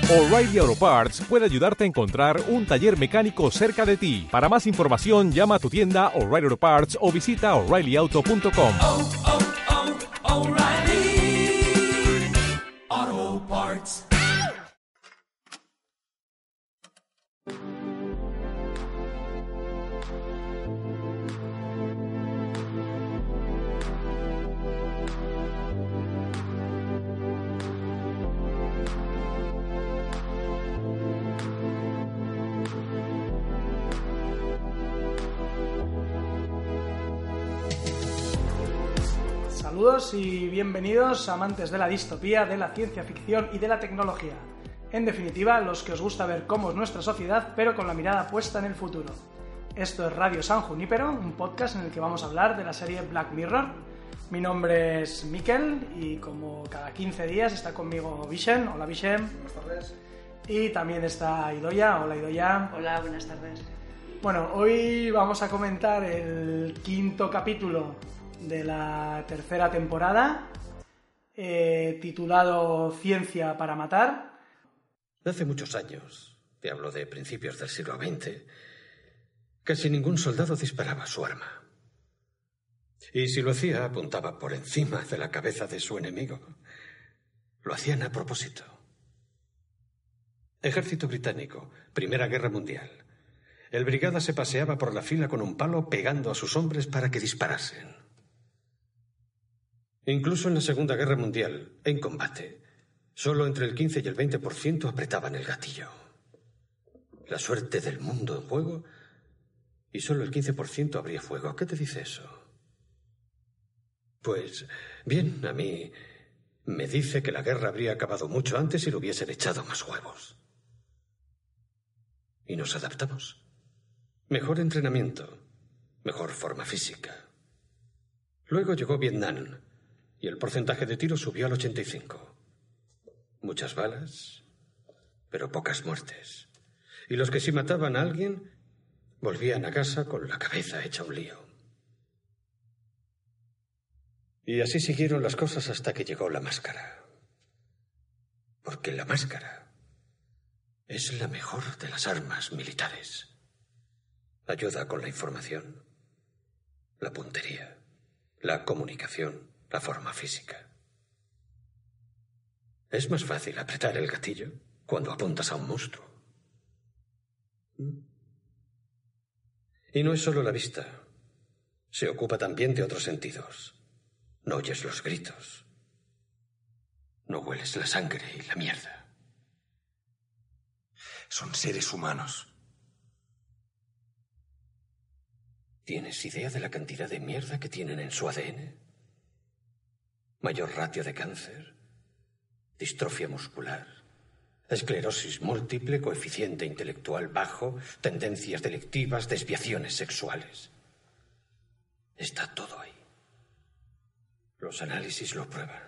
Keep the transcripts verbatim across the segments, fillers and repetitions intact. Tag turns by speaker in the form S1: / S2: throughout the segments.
S1: O'Reilly Auto Parts puede ayudarte a encontrar un taller mecánico cerca de ti. Para más información, llama a tu tienda O'Reilly Auto Parts o visita O'Reilly Auto punto com.
S2: Oh, oh, oh, O'Reilly Auto Parts.
S3: Saludos y bienvenidos, amantes de la distopía, de la ciencia ficción y de la tecnología. En definitiva, los que os gusta ver cómo es nuestra sociedad, pero con la mirada puesta en el futuro. Esto es Radio San Junípero, un podcast en el que vamos a hablar de la serie Black Mirror. Mi nombre es Mikel y como cada quince días está conmigo Vishen. Hola Vishen.
S4: Buenas tardes.
S3: Y también está Idoia. Hola Idoia.
S5: Hola, buenas tardes.
S3: Bueno, hoy vamos a comentar el quinto capítulo de la tercera temporada, eh, titulado Ciencia para matar.
S6: Hace muchos años, te hablo de principios del siglo veinte, casi ningún soldado disparaba su arma. Y si lo hacía, apuntaba por encima de la cabeza de su enemigo. Lo hacían a propósito. Ejército británico, Primera Guerra Mundial. El brigada se paseaba por la fila con un palo pegando a sus hombres para que disparasen. Incluso en la Segunda Guerra Mundial, en combate, solo entre el quince y el veinte por ciento apretaban el gatillo. La suerte del mundo en juego, y solo el quince por ciento abría fuego. ¿Qué te dice eso? Pues, bien, a mí me dice que la guerra habría acabado mucho antes si le hubiesen echado más huevos. Y nos adaptamos. Mejor entrenamiento, mejor forma física. Luego llegó Vietnam, y el porcentaje de tiros subió al ochenta y cinco por ciento. Muchas balas, pero pocas muertes. Y los que sí mataban a alguien volvían a casa con la cabeza hecha un lío. Y así siguieron las cosas hasta que llegó la máscara. Porque la máscara es la mejor de las armas militares. Ayuda con la información, la puntería, la comunicación, la forma física. Es más fácil apretar el gatillo cuando apuntas a un monstruo. Y no es solo la vista. Se ocupa también de otros sentidos. No oyes los gritos. No hueles la sangre y la mierda.
S4: Son seres humanos.
S6: ¿Tienes idea de la cantidad de mierda que tienen en su A D N? Mayor ratio de cáncer, distrofia muscular, esclerosis múltiple, coeficiente intelectual bajo, tendencias delictivas, desviaciones sexuales. Está todo ahí. Los análisis lo prueban.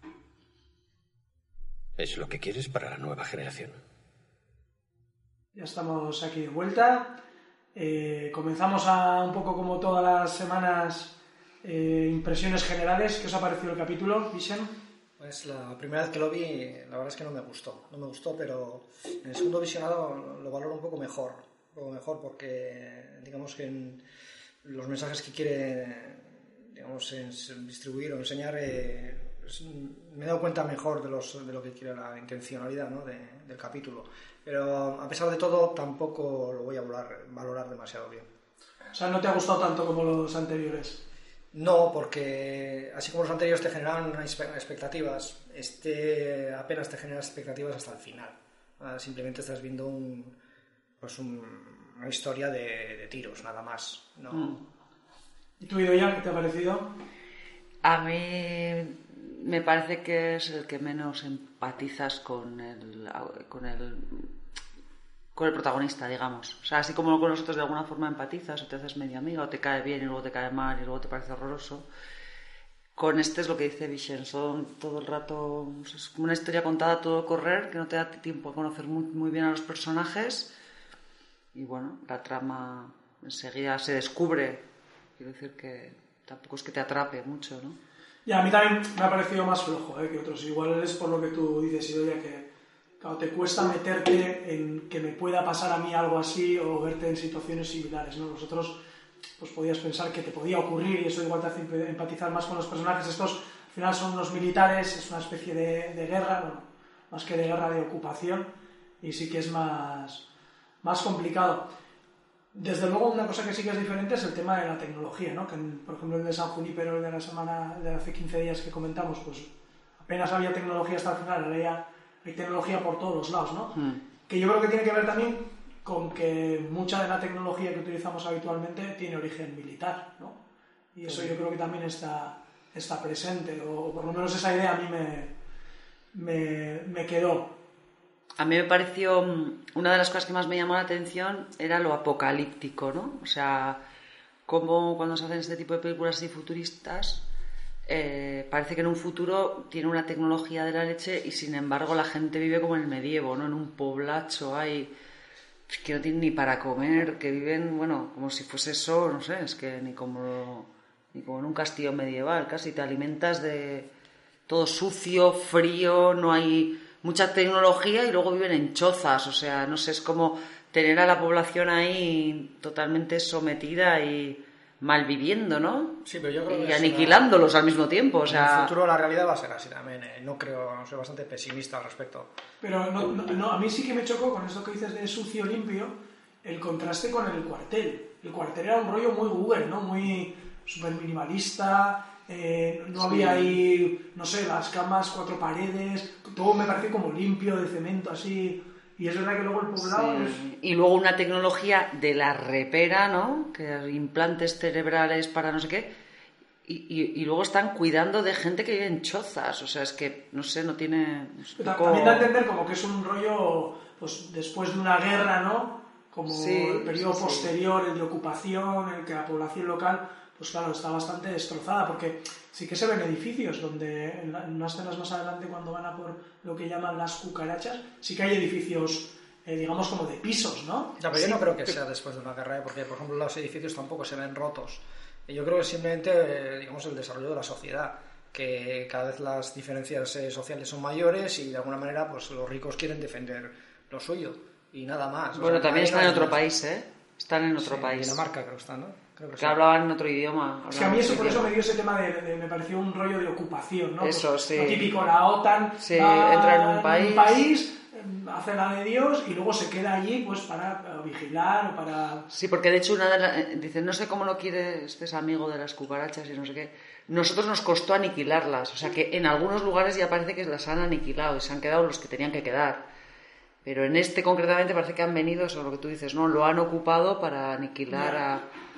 S6: Es lo que quieres para la nueva generación.
S3: Ya estamos aquí de vuelta. Eh, comenzamos a un poco como todas las semanas. Eh, impresiones generales. ¿Qué os ha parecido el capítulo, Vishen?
S4: Pues la primera vez que lo vi, la verdad es que no me gustó. No me gustó, pero en el segundo visionado lo valoro un poco mejor. Un poco mejor porque, digamos que en los mensajes que quiere, digamos, en, distribuir o enseñar, eh, pues, me he dado cuenta mejor de, los, de lo que quiere la intencionalidad, ¿no? de, del capítulo. Pero a pesar de todo, tampoco lo voy a valorar, valorar demasiado bien.
S3: O sea, ¿no te ha gustado tanto como los anteriores?
S4: No, porque así como los anteriores te generaban expectativas, este apenas te genera expectativas hasta el final. Simplemente estás viendo un, pues un, una historia de, de tiros, nada más. ¿No?
S3: Mm. ¿Y tú, Idoia, qué te ha parecido?
S5: A mí me parece que es el que menos empatizas con el, con el, con el protagonista, digamos. O sea, así como con los otros de alguna forma empatizas o te haces medio amiga o te cae bien y luego te cae mal y luego te parece horroroso. Con este es lo que dice Vishen, son todo el rato, es como una historia contada a todo correr, que no te da tiempo a conocer muy, muy bien a los personajes. Y bueno, la trama enseguida se descubre. Quiero decir que tampoco es que te atrape mucho, ¿no?
S3: Y a mí también me ha parecido más flojo, ¿eh? que otros. Igual es por lo que tú dices, Idoia, que claro, te cuesta meterte en que me pueda pasar a mí algo así o verte en situaciones similares, ¿no? Vosotros pues podías pensar que te podía ocurrir y eso igual te hace empatizar más con los personajes. Estos al final son unos militares, es una especie de, de guerra, bueno, más que de guerra, de ocupación, y sí que es más, más complicado. Desde luego, una cosa que sí que es diferente es el tema de la tecnología, ¿no? Que, por ejemplo, el de San Junípero, el de la semana de hace quince días que comentamos, pues apenas había tecnología hasta el final, ahora ya hay tecnología por todos los lados, ¿no? Mm. Que yo creo que tiene que ver también con que mucha de la tecnología que utilizamos habitualmente tiene origen militar, ¿no? Y eso yo creo que también está, está presente, o por lo menos esa idea a mí me, me, me quedó.
S5: A mí me pareció, una de las cosas que más me llamó la atención era lo apocalíptico, ¿no? O sea, cómo cuando se hacen este tipo de películas así futuristas, eh, parece que en un futuro tiene una tecnología de la leche y sin embargo la gente vive como en el medievo, ¿no? En un poblacho hay que no tienen ni para comer, que viven, bueno, como si fuese eso, no sé, es que ni como, ni como en un castillo medieval, casi te alimentas de todo sucio, frío, no hay mucha tecnología y luego viven en chozas, o sea, no sé, es como tener a la población ahí totalmente sometida y malviviendo, ¿no?
S4: Sí, pero yo creo
S5: y
S4: que
S5: aniquilándolos
S4: una...
S5: al mismo tiempo, o sea...
S4: En el futuro la realidad va a ser así también, ¿eh? No creo, soy bastante pesimista al respecto.
S3: Pero no, no, no, a mí sí que me chocó con esto que dices de sucio limpio, el contraste con el cuartel. El cuartel era un rollo muy Google, ¿no? Muy súper minimalista, eh, no sí. había ahí, no sé, las camas, cuatro paredes, todo me pareció como limpio, de cemento, así... Y es verdad que luego el poblado...
S5: Sí.
S3: Es...
S5: Y luego una tecnología de la repera, ¿no? Que implantes cerebrales para no sé qué. Y, y, y luego están cuidando de gente que vive en chozas. O sea, es que, no sé, no tiene...
S3: Poco... También da a entender como que es un rollo, pues después de una guerra, ¿no? Como sí, el periodo sí, posterior, sí. el de ocupación, el que la población local, pues claro, está bastante destrozada. Porque sí que se ven edificios donde, en, la, en unas escenas más adelante, cuando van a por lo que llaman las cucarachas, sí que hay edificios, eh, digamos, como de pisos, ¿no?
S4: Ya, pero
S3: sí,
S4: yo no creo que sea después de una guerra, ¿eh? Porque, por ejemplo, los edificios tampoco se ven rotos. Yo creo que simplemente, eh, digamos, el desarrollo de la sociedad, que cada vez las diferencias eh, sociales son mayores y, de alguna manera, pues los ricos quieren defender lo suyo y nada más.
S5: Bueno,
S4: o sea,
S5: también están en otro
S4: más.
S5: país, ¿eh? Están en otro
S4: sí,
S5: país.
S4: En Dinamarca creo que están, ¿no? Creo que,
S5: que
S4: sí.
S5: hablaban en otro idioma.
S3: Es que a mí eso, por eso me dio ese tema de, de me pareció un rollo de ocupación, ¿no?
S5: Eso,
S3: pues,
S5: sí.
S3: Lo típico, la OTAN
S5: sí,
S3: va
S5: entra en un país,
S3: un país hace la de Dios y luego se queda allí pues para, para vigilar o para...
S5: Sí, porque de hecho una de las... Dicen, no sé cómo lo quiere, este es amigo de las cucarachas y no sé qué. Nosotros nos costó aniquilarlas, o sea que en algunos lugares ya parece que las han aniquilado y se han quedado los que tenían que quedar. Pero en este concretamente parece que han venido, eso es lo que tú dices, ¿no? Lo han ocupado para aniquilar a,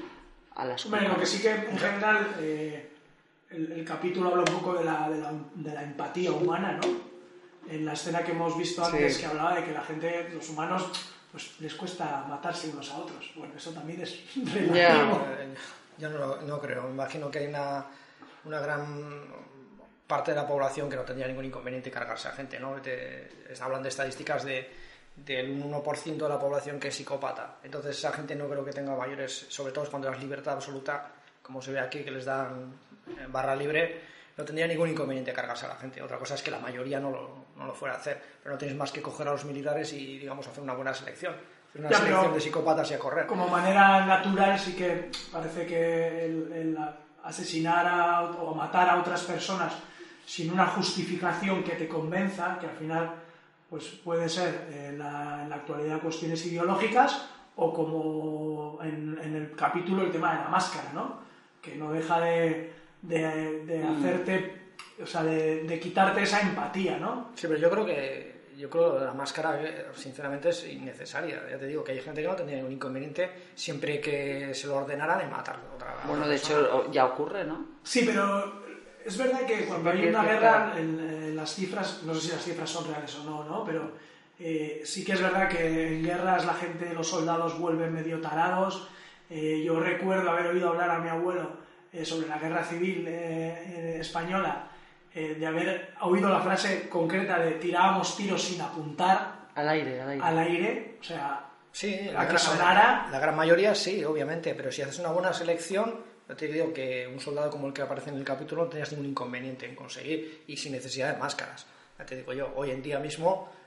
S5: a las
S3: Bueno, lo que sí que en general eh, el, el capítulo habla un poco de la, de, la, de la empatía humana, ¿no? En la escena que hemos visto antes, sí. que hablaba de que la gente, los humanos, pues les cuesta matarse unos a otros. Bueno, eso también es relativo.
S4: Yeah. Yo no, no creo. Me imagino que hay una, una gran parte de la población que no tendría ningún inconveniente cargarse a gente, ¿no? Te, hablan de estadísticas de, del uno por ciento de la población que es psicópata. Entonces esa gente no creo que tenga mayores, sobre todo cuando es libertad absoluta, como se ve aquí, que les dan barra libre, no tendría ningún inconveniente cargarse a la gente. Otra cosa es que la mayoría no lo, no lo fuera a hacer, pero no tienes más que coger a los militares y, digamos, hacer una buena selección. Hacer una ya, selección de psicópatas y a correr.
S3: Como manera natural sí que parece que el, el asesinar a, o matar a otras personas sin una justificación que te convenza, que al final pues puede ser en la, en la actualidad cuestiones ideológicas o como en, en el capítulo el tema de la máscara, ¿no? Que no deja de, de, de hacerte, o sea, de, de quitarte esa empatía, ¿no?
S4: Sí, pero yo creo que yo creo que la máscara sinceramente es innecesaria. Ya te digo que hay gente que no tendría ningún inconveniente siempre que se lo ordenaran en matar a otra
S5: Bueno,
S4: otra
S5: de
S4: persona.
S5: hecho ya ocurre, ¿no?
S3: Sí, pero es verdad que cuando hay una guerra, en, en las cifras, no sé si las cifras son reales o no, ¿no? Pero eh, sí que es verdad que en guerras la gente, los soldados vuelven medio tarados. Eh, yo recuerdo haber oído hablar a mi abuelo eh, sobre la guerra civil eh, española, eh, de haber oído la frase concreta de tirábamos tiros sin apuntar.
S5: Al aire, al aire.
S3: Al aire, o sea,
S4: sí,
S3: la,
S4: la,
S3: que
S4: gran,
S3: sonara...
S4: la gran mayoría sí, obviamente, pero si haces una buena selección, yo te digo que un soldado como el que aparece en el capítulo no tenías ningún inconveniente en conseguir y sin necesidad de máscaras. Ya te digo yo, hoy en día mismo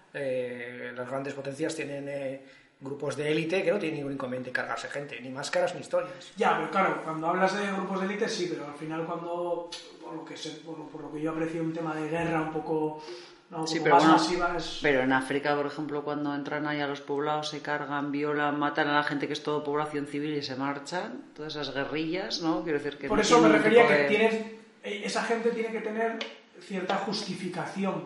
S4: Eh, las grandes potencias tienen eh, grupos de élite que no tienen ningún inconveniente en cargarse gente, ni máscaras ni historias.
S3: Ya, pero claro, cuando hablas de grupos de élite sí, pero al final cuando, por lo que sé, por, por lo que yo aprecio un tema de guerra un poco, no, un
S5: Sí,
S3: poco
S5: pero
S3: más
S5: bueno,
S3: masiva es...
S5: pero en África, por ejemplo, cuando entran ahí a los poblados, se cargan, violan, matan a la gente que es todo población civil y se marchan, todas esas guerrillas, ¿no? Quiero decir que
S3: Por
S5: no
S3: eso me
S5: tienen
S3: refería
S5: tipo
S3: que
S5: de-
S3: tienes, esa gente tiene que tener cierta justificación,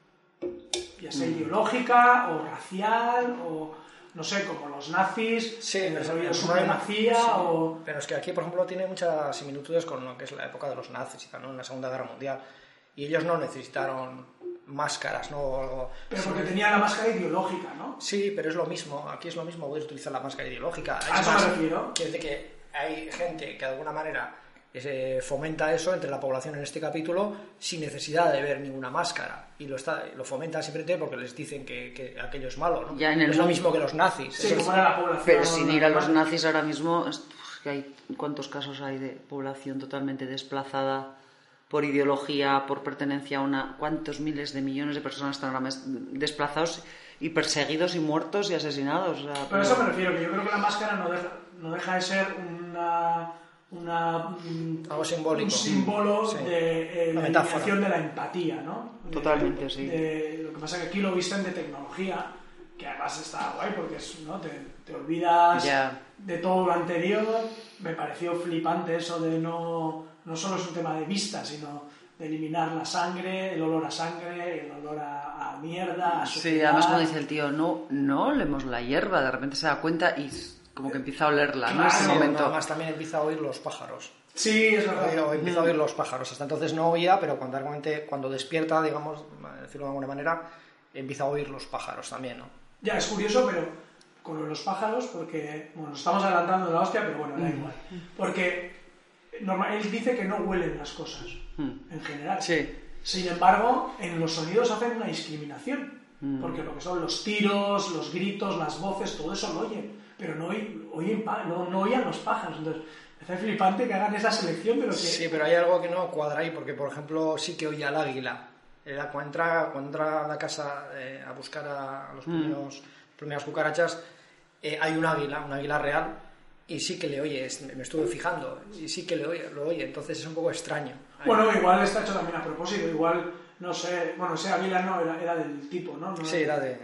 S3: ya sea ideológica o racial o no sé, como los nazis,
S4: Sí,
S3: el
S4: pero
S3: rollo
S4: es-
S3: supremacía
S4: sí,
S3: o...
S4: pero es que aquí, por ejemplo, tiene muchas similitudes con lo que es la época de los nazis y tal, ¿no? En la Segunda Guerra Mundial. Y ellos no necesitaron máscaras, ¿no? O algo.
S3: Pero
S4: Sí,
S3: porque tenían la máscara ideológica, ¿no?
S4: sí, pero es lo mismo. Aquí es lo mismo, voy a utilizar la máscara ideológica.
S3: A
S4: Es
S3: eso me
S4: más,
S3: refiero.
S4: quiere decir que hay gente que de alguna manera eh, fomenta eso entre la población en este capítulo sin necesidad de ver ninguna máscara. Y lo, está, lo fomentan simplemente porque les dicen que, que aquello es malo, ¿no?
S5: Ya en el
S4: es lo
S5: mundo-
S4: mismo que los nazis.
S3: Sí,
S4: Eso
S3: como
S4: es-
S3: era la población...
S5: Pero sin ir a los
S3: normal.
S5: nazis ahora mismo, es- uf, que hay cuántos casos hay de población totalmente desplazada por ideología, por pertenencia a una... ¿Cuántos miles de millones de personas están ahora mes- desplazados y perseguidos y muertos y asesinados? O sea,
S3: Pero a eso me refiero, que yo creo que la máscara no deja, no deja de ser una... una mm,
S4: Algo simbólico.
S3: un símbolo
S4: Sí.
S3: de eh,
S4: Una
S3: la
S4: metáfora.
S3: eliminación de la empatía, ¿no? De-
S5: Totalmente, sí.
S3: de- lo que pasa es que aquí lo visten de tecnología, que además está guay porque es, ¿no? te, te olvidas
S5: Ya.
S3: de todo lo anterior. Me pareció flipante eso de no... No solo es un tema de vista, sino de eliminar la sangre, el olor a sangre, el olor a, a mierda, a
S5: Sí,
S3: suciedad.
S5: además cuando dice el tío, no, no olemos la hierba, de repente se da cuenta y como que empieza a olerla, ¿no?
S3: Claro,
S5: Ese
S3: sí,
S5: momento.
S4: Además también empieza a oír los pájaros.
S3: Sí, es verdad.
S4: O empieza a oír los pájaros. Hasta entonces no oía, pero cuando, realmente- cuando despierta, digamos, decirlo de alguna manera, empieza a oír los pájaros también, ¿no?
S3: Ya, es curioso, pero con lo de los pájaros, porque, bueno, nos estamos adelantando de la hostia, pero bueno, da igual. Porque normal, él dice que no huelen las cosas, en general.
S5: Sí.
S3: Sin embargo, en los sonidos hacen una discriminación, porque lo que son los tiros, los gritos, las voces, todo eso lo oyen, pero no, oy- oyen pa- no, no oían los pájaros. Entonces, me hace flipante que hagan esa selección, pero que...
S4: Sí, pero hay algo que no cuadra ahí, porque, por ejemplo, sí que oía al águila. Era cuando entra, cuando entra a la casa eh, a buscar a los primeros, primeras cucarachas, eh, hay un águila, un águila real, y sí que le oye, es- me estuve fijando, y sí que le oye, lo oye, entonces es un poco extraño.
S3: Bueno, igual está hecho también a propósito, igual, no sé, bueno, ese águila no, era, era del tipo, ¿no? No
S4: Sí, era de...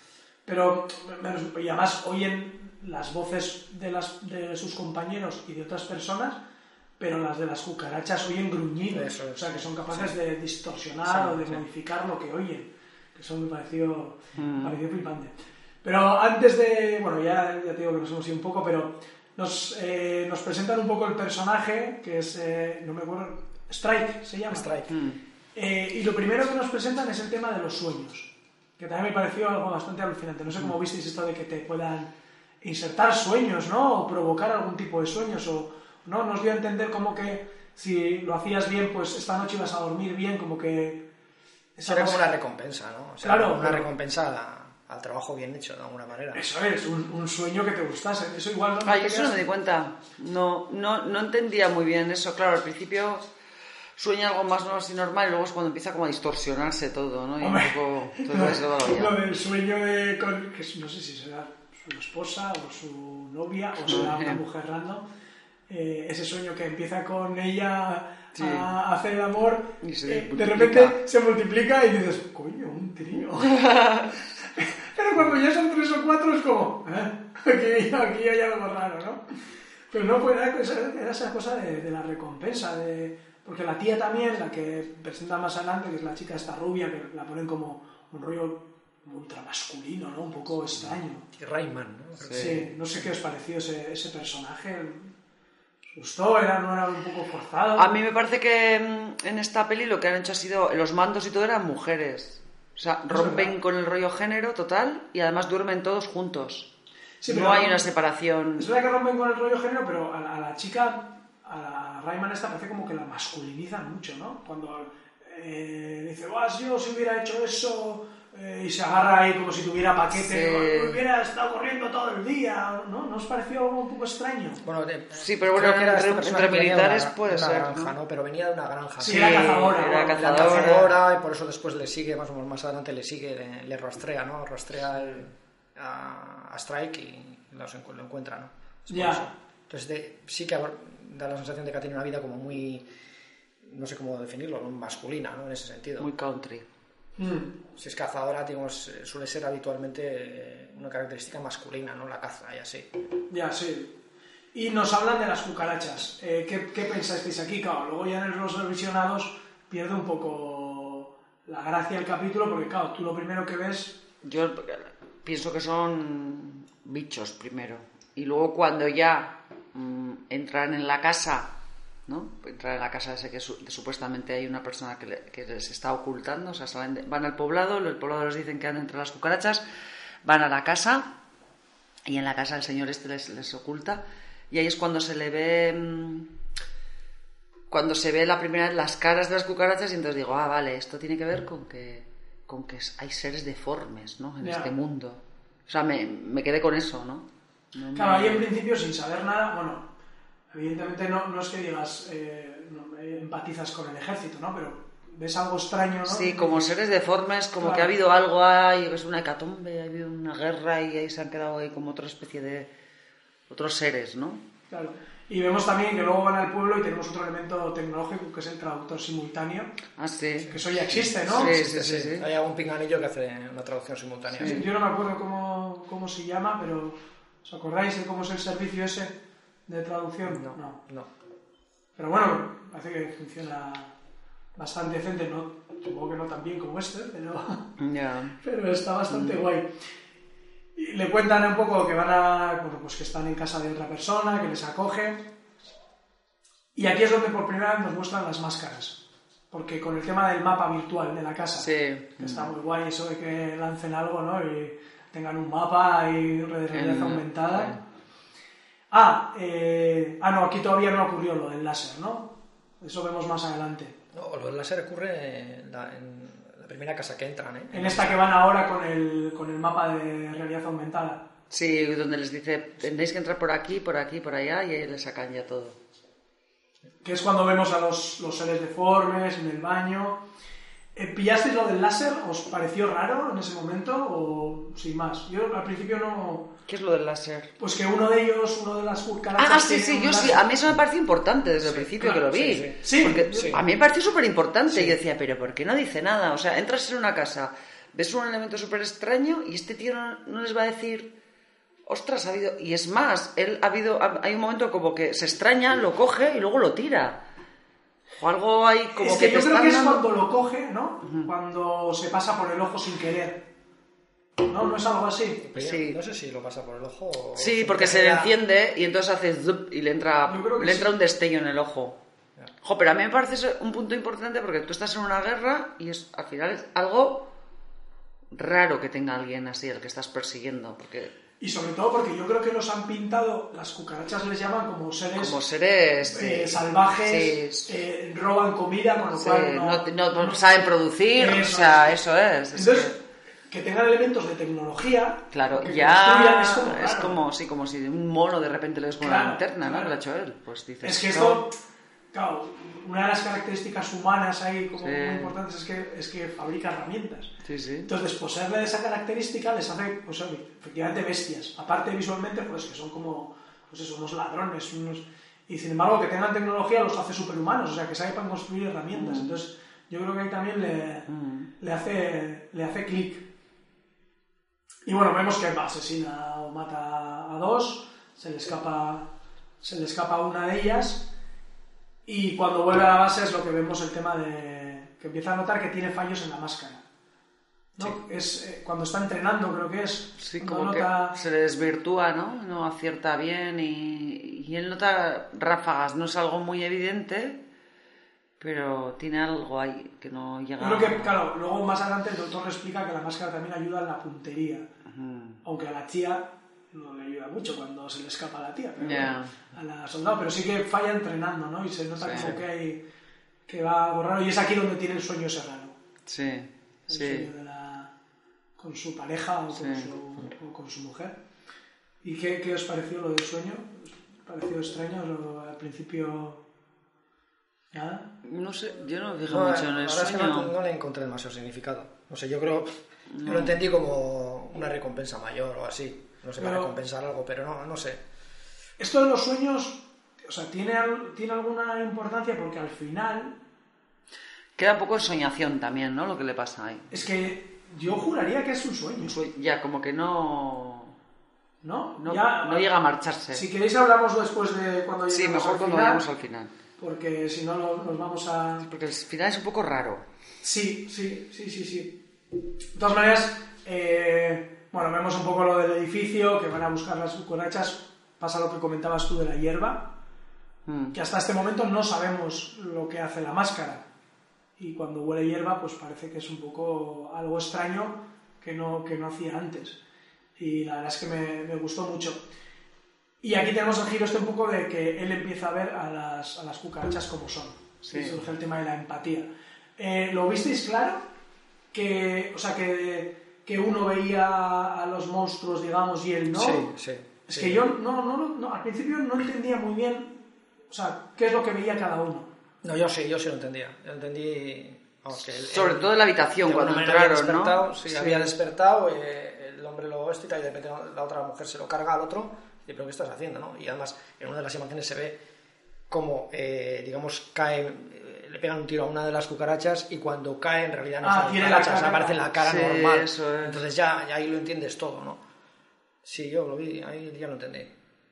S3: Pero, y además oyen las voces de, las, de sus compañeros y de otras personas, pero las de las cucarachas oyen gruñidos,
S4: Eso es.
S3: o sea, que son capaces
S4: Sí.
S3: de distorsionar
S4: Sí,
S3: o de
S4: sí.
S3: modificar lo que oyen, que eso me pareció,
S5: Mm.
S3: me pareció flipante. Pero antes de, bueno, ya, ya te digo que nos hemos ido un poco, pero nos, eh, nos presentan un poco el personaje, que es, eh, no me acuerdo, Strike se llama.
S4: Strike.
S3: Eh, y lo primero que nos presentan es el tema de los sueños, que también me pareció algo bastante alucinante. No sé cómo visteis esto de que te puedan insertar sueños, ¿no? O provocar algún tipo de sueños, o no, nos dio a entender como que si lo hacías bien, pues esta noche ibas a dormir bien, como que... esa
S4: Era como
S3: cosa-
S4: una recompensa, ¿no? O sea,
S3: Claro,
S4: una
S3: pero-
S4: recompensa a- al trabajo bien hecho, de alguna manera.
S3: Eso es, un, un sueño que te gustase. Eso igual no
S5: Ay,
S3: te
S5: eso no
S3: quedas-
S5: me di cuenta. No, no, no entendía muy bien eso. Claro, al principio sueña algo más no así normal y luego es cuando empieza como a distorsionarse todo, ¿no? Y un
S3: Hombre,
S5: poco todo eso va
S3: lo
S5: ya.
S3: del sueño de... con- que no sé si será su esposa o su novia o será una mujer random. Eh, ese sueño que empieza con ella
S5: Sí.
S3: a hacer el amor,
S5: Y se
S3: eh, de
S5: multiplica.
S3: repente se multiplica y dices, coño, un trío. Pero cuando ya son tres o cuatro es como, ¿eh? aquí, aquí hay algo raro, ¿no? Pero no, pues era, esa- era esa cosa de, de la recompensa, de, porque la tía también, la que presenta más adelante, que es la chica esta rubia, que la ponen como un rollo ultra masculino, ¿no? Un poco extraño.
S4: Y Rayman, ¿no?
S3: Sí, no sé qué os pareció ese, ese personaje. ¿Os gustó? ¿Era, ¿No era un poco forzado?
S5: A mí me parece que mm, en esta peli lo que han hecho ha sido, los mandos y todo eran mujeres. O sea, rompen
S3: verdad.
S5: con el rollo género total y además duermen todos juntos.
S3: Sí,
S5: no
S3: pero
S5: hay
S3: no-
S5: una separación.
S3: Es verdad que rompen con el rollo género, pero a la, a la chica, a la Rayman esta, parece como que la masculinizan mucho, ¿no? Cuando eh, dice, "Buah, si yo si hubiera hecho eso, eh, y se agarra ahí como si tuviera paquete,
S5: Sí.
S3: ¿no? Hubiera estado corriendo todo el día, ¿no? ¿No os pareció algo un poco extraño?
S4: Bueno, de-
S5: Sí, pero bueno,
S4: creo que era
S5: entre-
S4: esta persona
S5: entre
S4: que venía de
S5: militares
S4: una-
S5: puede
S4: de una
S5: ser,
S4: granja,
S5: ¿no?
S4: ¿no? Pero venía de una granja.
S3: Sí, era cazadora.
S5: era
S3: bueno,
S4: La
S5: cazadora.
S4: cazadora, y por eso después le sigue, más o menos más adelante le sigue, le, le rastrea, ¿no? Rastrea el- a, a Strike y los encu- lo encuentra, ¿no? Es por
S3: Ya.
S4: eso. Entonces de- sí que da la sensación de que ha tenido una vida como muy, no sé cómo definirlo, ¿no? Masculina, ¿no? En ese sentido.
S5: Muy country.
S3: Mm.
S4: Si es cazadora, digamos, eh, suele ser habitualmente eh, una característica masculina, ¿no? La caza y así.
S3: Ya, sí. Y nos hablan de las cucarachas. Eh, ¿qué, ¿Qué pensasteis aquí? Claro, luego ya en los revisionados pierde un poco la gracia del capítulo, porque claro, tú lo primero que ves...
S5: Yo pienso que son bichos primero. Y luego cuando ya mm, entran en la casa, ¿no? Entran en la casa ese que su- supuestamente hay una persona que, le- que les está ocultando, o sea, salen de- van al poblado, el poblado les dicen que han entre las cucarachas, van a la casa y en la casa el señor este les, les oculta y ahí es cuando se le ve... mm, cuando se ve la primera vez las caras de las cucarachas y entonces digo, ah, vale, esto tiene que ver con que, con que hay seres deformes, ¿no? En
S3: Ya.
S5: este mundo. O sea, me, me quedé con eso, ¿no? No
S3: Claro,
S5: me-
S3: ahí en principio sin saber nada, bueno, evidentemente no, no es que digas, eh, no, eh, empatizas con el ejército, ¿no? Pero ves algo extraño, ¿no?
S5: Sí,
S3: Y
S5: como
S3: dices,
S5: seres deformes, como
S3: Claro.
S5: que ha habido algo ahí, es una hecatombe, ha habido una guerra y ahí se han quedado ahí como otra especie de... otros seres, ¿no?
S3: Claro. Y vemos también que luego van al pueblo y tenemos otro elemento tecnológico que es el traductor simultáneo,
S5: Ah, sí.
S3: que eso ya existe, ¿no?
S5: Sí, sí, sí, sí.
S4: Hay algún pinganillo que hace una traducción simultánea.
S3: Sí, yo no me acuerdo cómo, cómo se llama, pero ¿os acordáis de cómo es el servicio ese de traducción?
S4: No,
S3: no.
S4: no.
S3: Pero bueno, parece que funciona bastante decente, no, supongo que no tan bien como este, pero,
S5: Ya.
S3: pero está bastante guay. Y le cuentan un poco que van a, bueno, pues que están en casa de otra persona, que les acoge. Y aquí es donde por primera vez nos muestran las máscaras. Porque con el tema del mapa virtual de la casa,
S5: Sí.
S3: que está muy guay eso de que lancen algo, ¿no? Y tengan un mapa y de realidad
S5: En-
S3: aumentada. Ah, eh, ah, no, aquí todavía no ocurrió lo del láser, ¿no? Eso vemos más adelante.
S4: No, lo del láser ocurre en la, en la primera casa que entran, ¿eh?
S3: En esta que van ahora con el, con el mapa de realidad aumentada.
S5: Sí, donde les dice, tendréis que entrar por aquí, por aquí, por allá, y ahí les sacan ya todo.
S3: Que es cuando vemos a los, los seres deformes en el baño. Eh, ¿Pillasteis lo del láser? ¿Os pareció raro en ese momento o sin más? Yo al principio no...
S5: ¿Qué es lo del láser?
S3: Pues que uno de ellos, uno de las cucarachas...
S5: Ah, sí,
S3: tiene
S5: sí,
S3: un
S5: yo sí,
S3: láser.
S5: a mí eso me pareció importante desde el principio
S3: claro,
S5: que lo vi.
S4: sí, sí.
S3: Sí,
S5: porque
S3: sí.
S5: a mí me pareció súper importante. Y yo decía, pero ¿por qué no dice nada? O sea, entras en una casa, ves un elemento súper extraño y este tío no, no les va a decir, ostras, ha habido... Y es más, él ha habido, ha- hay un momento como que se extraña, lo coge y luego lo tira. O algo ahí como
S3: es
S5: que,
S3: que, yo
S5: te
S3: creo
S5: están
S3: que es
S5: dando...
S3: cuando lo coge, ¿no? Cuando se pasa por el ojo sin querer. ¿No? ¿No es algo así?
S4: Pero
S5: Sí.
S4: No sé si lo pasa por el ojo o...
S5: Sí, porque se le enciende y entonces hace zup y le entra,
S3: Yo creo que
S5: le entra
S3: sí.
S5: un destello en el ojo. Jo, pero a mí me parece eso un punto importante porque tú estás en una guerra y es, al final es algo raro que tenga alguien así, el que estás persiguiendo. Porque
S3: Y sobre todo porque yo creo que los han pintado, las cucarachas les llaman como seres...
S5: como seres
S3: eh,
S5: sí,
S3: salvajes,
S5: sí,
S3: eh, roban comida, con lo
S5: sí,
S3: cual
S5: no, no- no saben producir, o
S3: Eso
S5: sea,
S3: es.
S5: eso es. es
S3: Entonces,
S5: que-
S3: que... tengan elementos de tecnología,
S5: claro,
S3: que
S5: ya
S3: construyan, es como,
S5: es
S3: raro.
S5: como, sí, como si un mono de repente le des con una
S3: Claro,
S5: linterna, ¿no?
S3: claro.
S5: Que lo ha hecho él. Pues dices,
S3: Es que
S5: no.
S3: esto, claro, una de las características humanas ahí como
S5: Sí.
S3: muy importantes es que, es que fabrica herramientas.
S5: Sí, sí.
S3: Entonces, desposeerle de esa característica les hace, pues, efectivamente bestias. Aparte, visualmente, pues que son como, pues eso, unos ladrones, unos... Y sin embargo, que tengan tecnología los hace superhumanos, o sea, que sepan construir herramientas.
S5: Mm.
S3: Entonces, yo creo que ahí también le,
S5: Mm.
S3: le hace, le hace clic. Y bueno, vemos que asesina o mata a dos, se le escapa, se le escapa una de ellas, y cuando vuelve a la base es lo que vemos el tema de que empieza a notar que tiene fallos en la máscara. ¿No? Es eh, cuando está entrenando, creo que es.
S5: Sí,
S3: cuando
S5: como
S3: nota...
S5: que se le desvirtúa, ¿no? No acierta bien y, y él nota ráfagas. No es algo muy evidente, pero tiene algo ahí que no llega...
S3: Yo creo que, claro, luego más adelante el doctor le explica que la máscara también ayuda en la puntería.
S5: Ujú.
S3: Aunque a la tía no le ayuda mucho cuando se le escapa a la tía, pero
S5: Ya.
S3: a la soldado, pero sí que falla entrenando, ¿no? Y se nota
S5: Sí.
S3: como que hay que va algo raro, y es aquí donde tiene el sueño ese raro.
S5: Sí,
S3: El
S5: sí.
S3: sueño de la, con su pareja o con,
S5: Sí.
S3: su, o con su mujer. ¿Y qué, qué os pareció lo del sueño? ¿Os pareció extraño lo- al principio? ¿Nada?
S5: No sé, yo no me fijo
S4: No,
S5: mucho en
S4: la
S5: el
S4: verdad es que
S5: sueño.
S4: no, no le encontré demasiado significado. No sé, yo creo. Yo lo entendí como una recompensa mayor o así. No sé, para
S3: Pero-
S4: recompensar algo, pero no, no sé.
S3: Esto de los sueños, o sea, ¿tiene, al- ¿tiene alguna importancia? Porque al final,
S5: Queda un poco de soñación también, ¿no? Lo que le pasa ahí.
S3: es que yo juraría que es un sueño,
S5: Ya, como que no...
S3: ¿no?
S5: No,
S3: Ya-
S5: no llega a marcharse.
S3: Si queréis hablamos después de cuando lleguemos
S5: Sí, mejor
S3: al
S5: cuando
S3: final,
S5: vayamos al final.
S3: porque si no lo- nos vamos a...
S5: Porque el final es un poco raro.
S3: Sí, sí, sí, sí, sí. De todas maneras, eh, bueno, vemos un poco lo del edificio, que van a buscar las cucarachas. Pasa lo que comentabas tú de la hierba,
S5: Mm.
S3: que hasta este momento no sabemos lo que hace la máscara. Y cuando huele hierba, pues parece que es un poco algo extraño que no, que no hacía antes. Y la verdad es que me, me gustó mucho. Y aquí tenemos el giro este un poco de que él empieza a ver a las, a las cucarachas como son.
S5: Sí.
S3: Y surge el tema de la empatía. Eh, ¿Lo visteis claro? Que, o sea, que, que uno veía a los monstruos, digamos, y él no.
S4: Sí, sí.
S3: Es
S4: sí.
S3: que yo no, no, no, no, al principio no entendía muy bien, o sea, qué es lo que veía cada uno.
S4: No, yo sí, yo sí lo entendía. Yo entendí. Vamos, que él-
S5: Sobre
S4: él-
S5: todo en la habitación,
S4: de
S5: cuando
S4: alguna manera había
S5: entraron,
S4: despertado,
S5: ¿no?
S4: Sí,
S5: Sí.
S4: había despertado, eh, el hombre lo este y tal, y de repente la otra mujer se lo carga al otro. Y pero ¿qué estás haciendo? ¿No? Y además, en una de las imágenes se ve como, eh, digamos, cae, eh, le pegan un tiro a una de las cucarachas y cuando cae en realidad no
S3: Ah,
S4: son
S3: tiene la
S4: cucarachas,
S3: cara-
S4: aparece en la cara
S5: Sí,
S4: normal.
S5: eso es.
S4: Entonces ya, ya ahí lo entiendes todo, ¿no? Sí, yo lo vi, ahí ya lo entendí.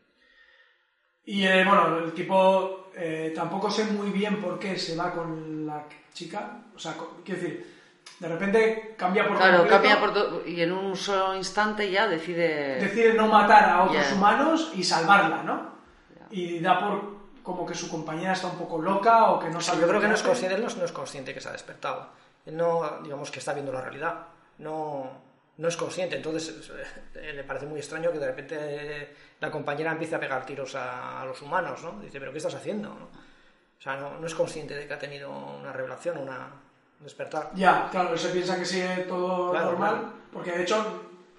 S3: Y eh, bueno, el tipo eh, tampoco sé muy bien por qué se va con la chica, o sea, co- quiero decir, de repente cambia por
S5: Claro,
S3: completo,
S5: cambia por to- y en un solo instante ya decide...
S3: decide no matar a otros
S5: Ya.
S3: humanos y salvarla, ¿no? Y da por como que su compañera está un poco loca o que no
S4: Sí,
S3: sabe
S4: yo creo
S3: lo
S4: que no es
S3: hace.
S4: consciente, él no, no es consciente que se ha despertado. Él no, digamos que está viendo la realidad. No, no es consciente. Entonces eh, le parece muy extraño que de repente eh, la compañera empiece a pegar tiros a, a los humanos, ¿no? Dice, ¿pero qué estás haciendo? ¿no? O sea, no, no es consciente de que ha tenido una revelación, una un despertar.
S3: Ya, claro, él se piensa que sigue todo
S4: Claro,
S3: normal,
S4: claro.
S3: porque de hecho,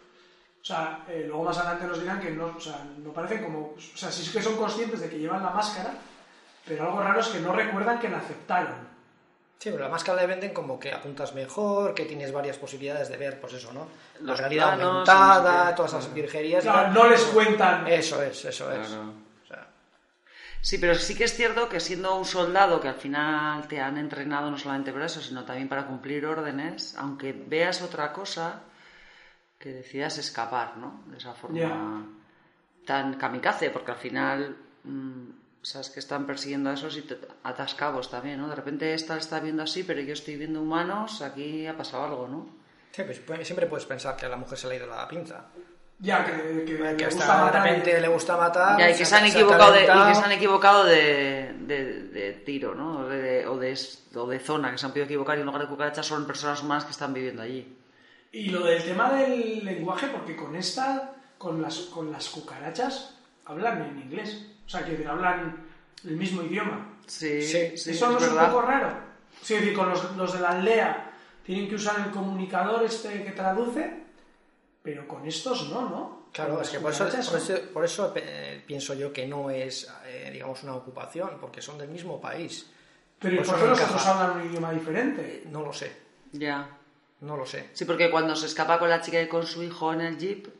S3: o sea, eh, luego más adelante nos dirán que no, o sea, no parecen como, o sea, sí es que son conscientes de que llevan la máscara, pero algo raro es que no recuerdan que la aceptaron.
S4: Sí, pero la máscara le venden como que apuntas mejor, que tienes varias posibilidades de ver, pues eso, ¿no? La
S5: Los
S4: realidad
S5: planos,
S4: aumentada,
S5: no sé qué.
S4: todas esas virgerías.
S3: Claro, no les cuentan.
S4: Eso es, eso es.
S5: Claro.
S4: O sea,
S5: Sí, pero sí que es cierto que siendo un soldado que al final te han entrenado no solamente para eso, sino también para cumplir órdenes, aunque veas otra cosa, que decidas escapar, ¿no? De esa forma
S3: Ya.
S5: tan kamikaze, porque al final mmm, sabes que están persiguiendo a esos y te atas cabos también, ¿no? De repente esta está viendo así, pero yo estoy viendo humanos, aquí ha pasado algo, ¿no?
S4: sí, pues, pues, siempre puedes pensar que a la mujer se le ha ido la pinza.
S3: Ya, que, que,
S4: Que
S3: le
S4: hasta
S3: gusta
S4: de
S3: matar y-
S4: repente le gusta matar.
S5: Ya, y que se han
S4: ha
S5: equivocado de, y
S4: calentado.
S5: que se han equivocado de, de- de tiro, ¿no? O de, o, de, o de zona, que se han podido equivocar y en lugar de cucarachas son personas humanas que están viviendo allí.
S3: Y lo del tema del lenguaje, porque con esta, con las, con las cucarachas, hablan en inglés. O sea, que hablan el mismo idioma.
S5: Sí,
S4: Sí,
S5: sí,
S3: ¿Eso no
S5: es
S3: es un
S5: verdad.
S3: poco raro? Sí, es decir, con los, los de la aldea tienen que usar el comunicador este que traduce, pero con estos no, ¿no?
S4: Claro,
S3: Con
S4: es
S3: las
S4: que por eso,
S3: cucarachas
S4: por
S3: no.
S4: eso, por eso, eh, pienso yo que no es, eh, digamos, una ocupación, porque son del mismo país.
S3: Pero ¿y
S4: por
S3: por
S4: eso
S3: qué
S4: no
S3: los otros
S4: encaja.
S3: hablan un idioma diferente?
S4: No lo sé,
S5: Ya.
S4: no lo sé.
S5: Sí, porque cuando se escapa con la chica y con su hijo en el jeep,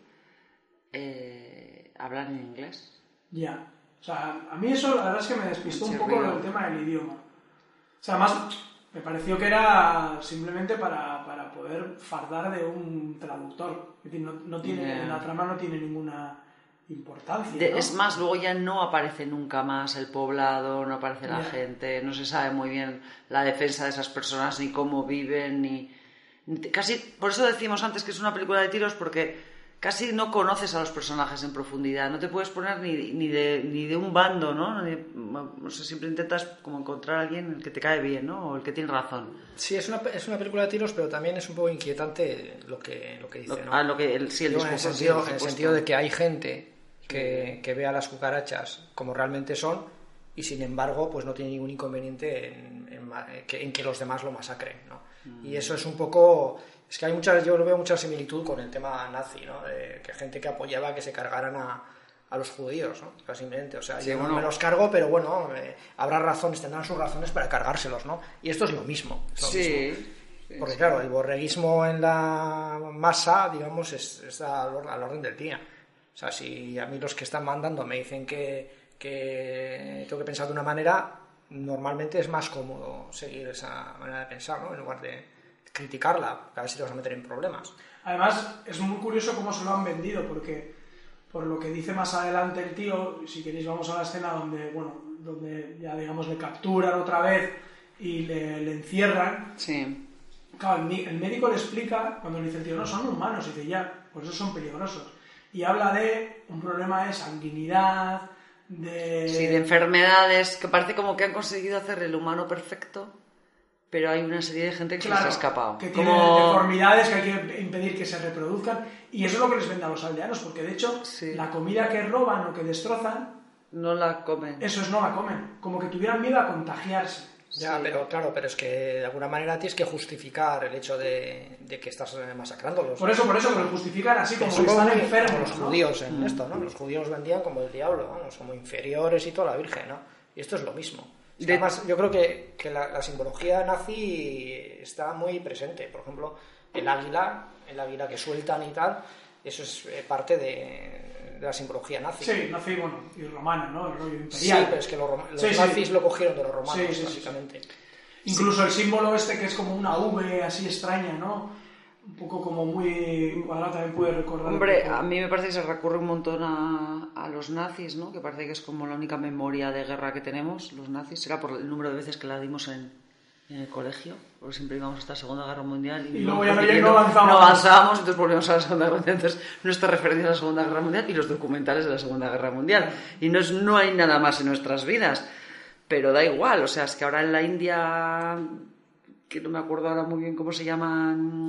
S5: eh, hablan en inglés.
S3: Ya. O sea, a mí eso la verdad es que me despistó un
S5: Sí,
S3: poco
S5: ruido.
S3: el tema del idioma. O sea, además me pareció que era simplemente para, para poder fardar de un traductor. Es decir, no, no tiene,
S5: Ya.
S3: en la trama no tiene ninguna importancia.
S5: De-
S3: ¿no?
S5: Es más, luego ya no aparece nunca más el poblado, no aparece la
S3: Ya.
S5: gente, no se sabe muy bien la defensa de esas personas, ni cómo viven, ni... ni- Casi, por eso decimos antes que es una película de tiros, porque casi no conoces a los personajes en profundidad, no te puedes poner ni, ni, de, ni de un bando, ¿no? Ni- no sé, siempre intentas como encontrar a alguien el que te cae bien, ¿no? O el que tiene razón.
S4: Sí, es una, es una película de tiros, pero también es un poco inquietante lo que, lo que dice,
S5: Lo,
S4: ¿no?
S5: ah, lo que, el, sí, el
S4: Digo, en el
S5: discurso, sí,
S4: sentido,
S5: por
S4: en el
S5: supuesto.
S4: sentido de que hay gente que, que ve a las cucarachas como realmente son y sin embargo pues no tiene ningún inconveniente en, en ma- que, en que los demás lo masacren, ¿no? Y eso es un poco, Es que hay muchas, yo veo mucha similitud con el tema nazi, ¿no? De que gente que apoyaba que se cargaran a, a los judíos, ¿no? Básicamente, o sea,
S5: Sí,
S4: yo
S5: bueno.
S4: me los cargo, pero bueno, eh, habrá razones, tendrán sus razones para cargárselos, ¿no? Y esto es lo mismo. Es lo
S5: Sí.
S4: mismo.
S5: Sí,
S4: Porque
S5: sí.
S4: claro, el borreguismo en la masa, digamos, es, es al, or- al orden del día. O sea, si a mí los que están mandando me dicen que, que tengo que pensar de una manera, normalmente es más cómodo seguir esa manera de pensar, ¿no? En lugar de criticarla, a ver si te vas a meter en problemas.
S3: Además, es muy curioso cómo se lo han vendido, porque por lo que dice más adelante el tío, si queréis vamos a la escena donde, bueno, donde ya digamos le capturan otra vez y le, le encierran.
S5: Sí.
S3: Claro, el, mi- el médico le explica, cuando le dice el tío, no, son humanos, y dice, ya, por eso son peligrosos. Y habla de un problema de sanguinidad, de...
S5: Sí, de enfermedades, que parece como que han conseguido hacer el humano perfecto, pero hay una serie de gente que se les
S3: Claro,
S5: ha escapado.
S3: que tiene
S5: Como...
S3: deformidades que hay que impedir que se reproduzcan, y eso es lo que les vende a los aldeanos, porque de hecho,
S5: Sí.
S3: la comida que roban o que destrozan,
S5: No la comen.
S3: eso es no la comen, como que tuvieran miedo a contagiarse.
S4: Ya,
S5: Sí.
S4: pero claro, pero es que de alguna manera tienes que justificar el hecho de, de que estás eh, masacrándolos.
S3: Por eso, por eso, que lo justifican así, como
S4: Son
S3: que están
S4: como
S3: enfermos,
S4: los
S3: ¿no?
S4: judíos en esto, ¿no? Los judíos los vendían como el diablo, vamos, como inferiores y toda la Virgen, ¿no? Y esto es lo mismo. Es que
S5: De-
S4: Además, yo creo que, que la, la simbología nazi está muy presente. Por ejemplo, el águila, el águila que sueltan y tal, eso es eh, parte de, de la simbología nazi.
S3: Sí, nazi, bueno, y romana, ¿no? El rollo
S4: Sí,
S3: imperial.
S4: pero es que los, rom- los
S3: Sí, sí.
S4: nazis lo cogieron de los romanos,
S3: Sí, sí, sí,
S4: básicamente.
S3: Incluso el símbolo este que es como una V así extraña, ¿no? Un poco como muy cuadrado, también puede recordar...
S5: Hombre,
S3: un poco-
S5: a mí me parece que se recurre un montón a, a los nazis, ¿no? Que parece que es como la única memoria de guerra que tenemos, los nazis. Será por el número de veces que la dimos en, en el colegio, porque siempre íbamos hasta la Segunda Guerra Mundial y,
S3: Y
S5: no,
S3: luego ya no-
S5: y
S3: no avanzábamos.
S5: no avanzábamos, entonces volvíamos a la Segunda Guerra Mundial. Entonces, nuestra referencia es la Segunda Guerra Mundial y los documentales de la Segunda Guerra Mundial. Y no, es, no hay nada más en nuestras vidas. Pero da igual, o sea, es que ahora en la India, que no me acuerdo ahora muy bien cómo se llaman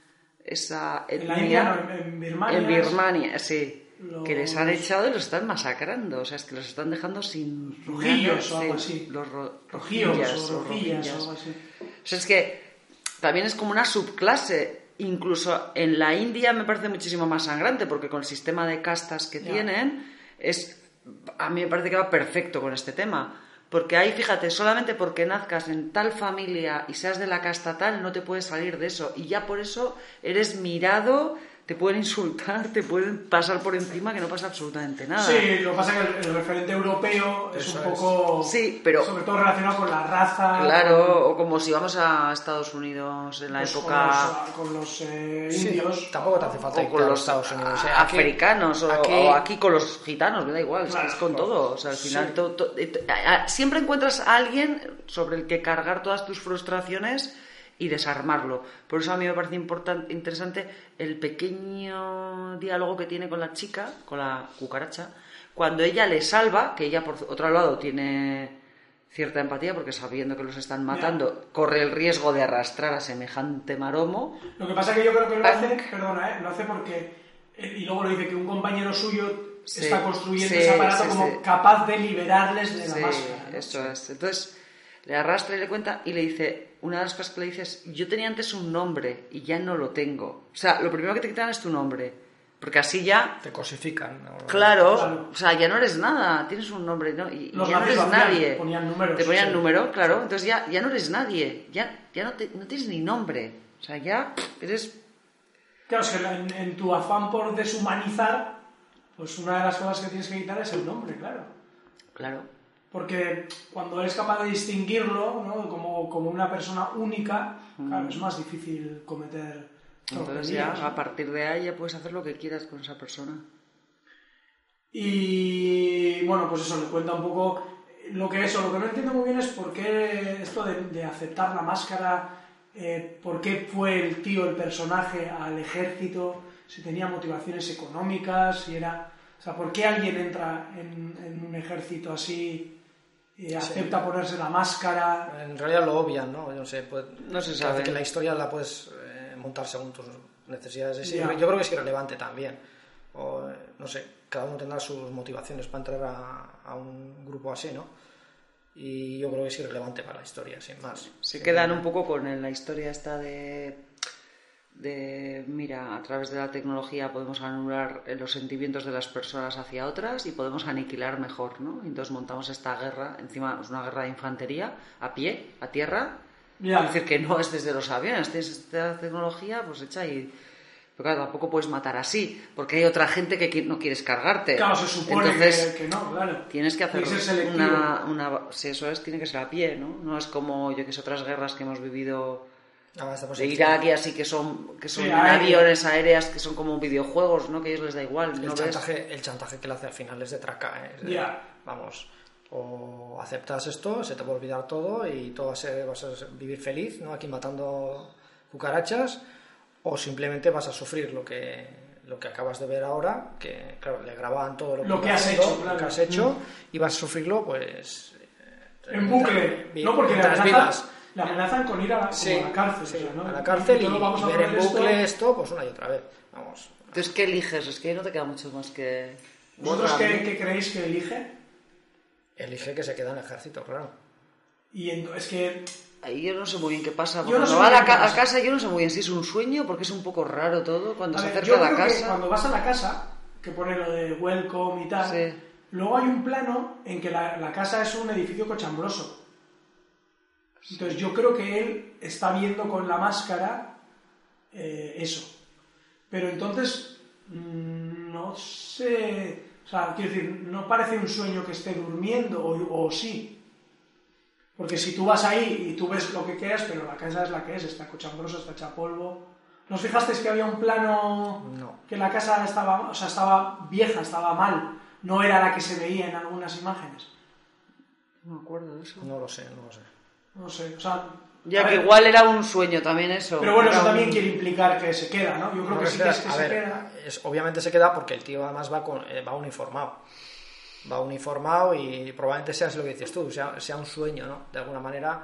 S5: esa
S3: En la
S5: etnia.
S3: India, no, en, en Birmania...
S5: En Birmania, sí.
S3: los-
S5: Que les han echado y los están masacrando. O sea, es que los están dejando sin...
S3: Rojillos o
S5: nada,
S3: algo
S5: sí,
S3: así.
S5: Los ro-
S3: Rojillos
S5: rojillas
S3: o rojillas
S5: rojillas.
S3: o algo así.
S5: O sea, es que también es como una subclase. Incluso en la India me parece muchísimo más sangrante, porque con el sistema de castas que
S3: Ya.
S5: tienen, es, a mí me parece que va perfecto con este tema. Porque ahí, fíjate, solamente porque nazcas en tal familia y seas de la casta tal, no te puedes salir de eso. Y ya por eso eres mirado, te pueden insultar, te pueden pasar por encima, que no pasa absolutamente nada.
S3: Sí, lo que pasa es que el, el referente europeo es
S4: Eso
S3: un
S4: es.
S3: poco...
S5: Sí, pero-
S3: sobre todo relacionado con la raza...
S5: Claro, o como si vamos a Estados Unidos en la
S3: pues,
S5: época...
S3: Con los, con los eh,
S4: Sí,
S3: indios...
S4: tampoco te hace falta
S5: O
S4: irte
S5: con
S4: a
S5: los
S4: Estados Unidos.
S5: a-
S4: ¿eh? Aquí-
S5: africanos, o
S4: aquí-
S5: aquí... o aquí con los gitanos, me da igual, es
S3: Claro,
S5: que es con
S3: claro.
S5: todo. O sea, al final
S3: Sí.
S5: to- to- eh, t- a- a- siempre encuentras a alguien sobre el que cargar todas tus frustraciones y desarmarlo. Por eso a mí me parece importan- interesante el pequeño diálogo que tiene con la chica, con la cucaracha, cuando ella le salva, que ella por otro lado tiene cierta empatía, porque sabiendo que los están matando, corre el riesgo de arrastrar a semejante maromo.
S3: Lo que pasa es que yo creo que lo
S5: Punk.
S3: hace, perdona, ¿eh? Lo hace porque, eh, y luego lo dice que un compañero suyo
S5: Sí,
S3: está construyendo
S5: sí,
S3: ese aparato
S5: sí,
S3: como
S5: sí.
S3: capaz de liberarles de la
S5: Sí,
S3: máscara, ¿no?
S5: eso es. Entonces le arrastra y le cuenta y le dice, una de las cosas que le dice es, yo tenía antes un nombre y ya no lo tengo. O sea, lo primero que te quitan es tu nombre, porque así ya,
S4: Te cosifican. ¿no?
S5: claro,
S3: Claro.
S5: o sea, ya no eres nada, tienes un nombre, ¿no? Y, y
S3: Los
S5: ya no
S3: nazis
S5: eres
S3: lo hacían,
S5: nadie.
S3: ponían números,
S5: Te ponían
S3: sí.
S5: número, claro, entonces ya, ya no eres nadie, ya, ya no, te- no tienes ni nombre. O sea, ya eres...
S3: Claro, es que en, en tu afán por deshumanizar, pues una de las cosas que tienes que quitar es el nombre, claro.
S5: Claro.
S3: Porque cuando eres capaz de distinguirlo, ¿no? como, como una persona única, claro, es más difícil cometer
S5: Entonces ya,
S3: tonterías, ¿no?
S5: a partir de ahí ya puedes hacer lo que quieras con esa persona.
S3: Y bueno, pues eso, le cuenta un poco lo que eso. Lo que no entiendo muy bien es por qué esto de, de aceptar la máscara, eh, por qué fue el tío, el personaje, al ejército, si tenía motivaciones económicas, si era... O sea, ¿por qué alguien entra en, en un ejército así y acepta ponerse la máscara?
S4: En realidad lo obvian, ¿no? Yo no sé, pues,
S5: No se
S4: parece
S5: sabe.
S4: que la historia la puedes eh, montar según tus necesidades. Es-
S3: Ya.
S4: Yo creo que es irrelevante también. O, eh, no sé, cada uno tendrá sus motivaciones para entrar a, a un grupo así, ¿no? Y yo creo que es irrelevante para la historia, sin más.
S5: Se quedan un poco con la historia esta de de, mira, a través de la tecnología podemos anular los sentimientos de las personas hacia otras y podemos aniquilar mejor, ¿no? Entonces montamos esta guerra, encima es una guerra de infantería, a pie, a tierra,
S3: Ya.
S5: es decir, que no es desde los aviones, tienes esta tecnología pues hecha y... Pero claro, tampoco puedes matar así, porque hay otra gente que qui- no quieres cargarte.
S3: Claro, se supone
S5: Entonces,
S3: que, que no, claro.
S5: tienes que hacer
S3: Tiene que ser selectivo.
S5: una, una... Si eso es, tiene que ser a pie, ¿no? No es como, yo que sé, otras guerras que hemos vivido
S4: Ah, estamos
S5: de
S4: aquí.
S5: Irak y así, que son, que son
S3: Sí,
S5: en
S3: aéreas.
S5: aviones aéreas, que son como videojuegos, ¿no? Que a ellos les da igual,
S4: El
S5: ¿no ves?
S4: chantaje, el chantaje que le hace al final es de traca, ¿eh? Es de,
S3: Ya.
S4: Vamos, o aceptas esto, se te va a olvidar todo y todo va a ser, vas a vivir feliz, ¿no? Aquí matando cucarachas, o simplemente vas a sufrir lo que lo que acabas de ver ahora, que claro, le grababan todo lo que,
S3: Lo que
S4: ibas
S3: has
S4: haciendo,
S3: hecho,
S4: lo
S3: claro.
S4: que has hecho, y vas a sufrirlo, pues
S3: En bucle.
S4: vi-
S3: No, porque le
S4: mientras
S3: amenazan,
S4: vivas.
S3: le amenazan con ir a la, como
S4: Sí,
S3: a la cárcel.
S4: sí,
S3: o sea, ¿no?
S4: a la cárcel y,
S3: todos vamos a
S4: y ver en
S3: poner
S4: bucle
S3: esto.
S4: esto, pues una y otra vez. Vamos.
S5: Entonces, ¿qué eliges? Es que no te queda mucho más que...
S3: ¿Vosotros
S5: Borra,
S3: qué,
S5: ¿no?
S3: qué creéis que elige?
S4: Elige que se queda en el ejército, claro.
S3: Y ento- es que
S5: Ahí yo no sé muy bien qué pasa.
S3: Yo
S5: Porque
S3: no sé
S5: cuando va
S3: muy
S5: a, la
S3: bien qué
S5: ca- a
S3: pasa.
S5: casa yo no sé muy bien si es un sueño, porque es un poco raro todo. Cuando
S3: A
S5: se
S3: ver,
S5: acerca
S3: yo
S5: a la
S3: creo que
S5: casa...
S3: cuando vas a la casa, que pone lo de welcome y tal,
S5: Sí.
S3: luego hay un plano en que la, la casa es un edificio cochambroso. Entonces yo creo que él está viendo con la máscara eh, eso. Pero entonces, mm, no sé... O sea, quiero decir, no parece un sueño que esté durmiendo, o, o sí. Porque si tú vas ahí y tú ves lo que quieras, pero la casa es la que es, está cochambrosa, está hecha polvo. ¿No os fijasteis que había un plano
S4: No.
S3: que la casa estaba, o sea, estaba vieja, estaba mal? No era la que se veía en algunas imágenes.
S5: No me acuerdo de eso.
S4: No lo sé, no lo sé.
S3: No sé, o sea...
S5: Ya
S3: a
S5: que
S3: ver,
S5: igual era un sueño también eso.
S3: Pero bueno,
S5: Era
S3: eso
S5: un-
S3: también quiere implicar que se queda, ¿no? Yo creo
S4: No,
S3: que
S4: que
S3: sí
S4: se
S3: que
S4: queda-
S3: es que
S4: a
S3: se
S4: ver,
S3: queda.
S4: es- obviamente se queda porque el tío además va, con, eh, va uniformado. Va uniformado y probablemente sea así lo que dices tú, sea, sea un sueño, ¿no? De alguna manera,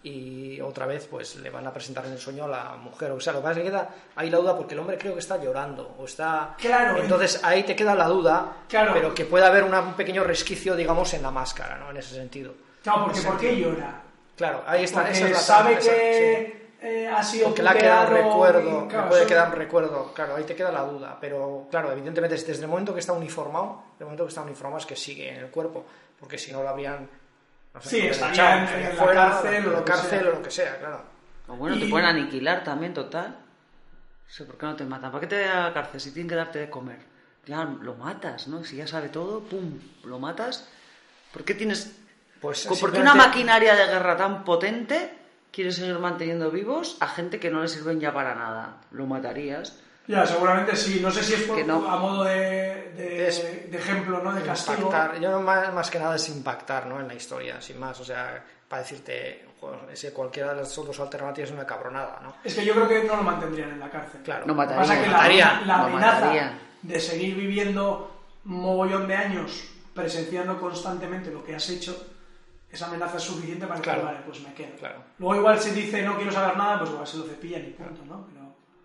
S4: y otra vez pues le van a presentar en el sueño a la mujer. O sea, lo que pasa es que queda ahí la duda porque el hombre creo que está llorando o está...
S3: Claro,
S4: Entonces ahí te queda la duda,
S3: Claro.
S4: pero que puede haber una- un pequeño resquicio, digamos, en la máscara, ¿no? En ese sentido.
S3: Claro, porque
S4: En ese
S3: ¿por qué
S4: sentido.
S3: llora?
S4: Claro, ahí está.
S3: Porque
S4: esa es la
S3: sabe
S4: esa-
S3: que eh, ha sido
S4: Porque le ha quedado un
S3: puteado
S4: recuerdo,
S3: y, claro,
S4: le puede
S3: eso-
S4: quedar un recuerdo, claro, ahí te queda la duda, pero claro, evidentemente desde el momento que está uniformado, desde el momento que está uniformado es que sigue en el cuerpo, porque si no lo habrían, no sé,
S3: Sí,
S4: lo habrían
S3: estaría
S4: echado,
S3: en-
S4: estaría
S3: en la
S4: fuera,
S3: cárcel o
S4: en
S3: lo
S4: la
S3: que
S4: cárcel
S3: sea.
S4: o lo que sea, claro.
S5: O bueno,
S3: Y-
S5: te pueden aniquilar también, total. No sé, ¿por qué no te matan? ¿Para qué te da a la cárcel si tienen que darte de comer? Ya lo matas, ¿no? Si ya sabe todo, pum, lo matas. ¿Por qué tienes...
S4: Pues
S5: ¿Por qué
S4: simplemente-
S5: una maquinaria de guerra tan potente quiere seguir manteniendo vivos a gente que no le sirven ya para nada? Lo matarías.
S3: Ya, seguramente sí. No sé si es por-
S5: Que no.
S3: a modo de, de-
S4: Es-
S3: de ejemplo, ¿no? De castigo.
S4: impactar, yo más, más que nada es impactar, ¿no? En la historia, sin más, o sea, para decirte, joder, ese cualquiera de las otras alternativas es una cabronada, ¿no?
S3: Es que yo creo que no lo mantendrían en la cárcel.
S4: Claro.
S5: No
S3: Lo que
S5: matarían.
S3: pasa es que la,
S4: Matarían,
S3: la
S5: lo
S3: amenaza
S5: matarían.
S3: de seguir viviendo un mogollón de años presenciando constantemente lo que has hecho, esa amenaza es suficiente para
S4: Claro.
S3: que vale, pues me quedo.
S4: Claro.
S3: Luego igual se dice no quiero saber nada, pues igual se lo cepillan y punto, ¿no? Pero...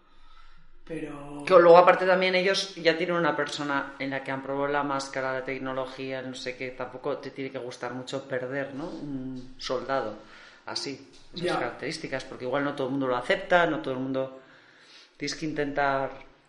S3: pero...
S5: Que luego aparte también ellos ya tienen una persona en la que han probado la máscara, la tecnología, no sé qué, tampoco te tiene que gustar mucho perder, ¿no? Un soldado así, esas
S3: Ya.
S5: características, porque igual no todo el mundo lo acepta, no todo el mundo... Tienes que intentar...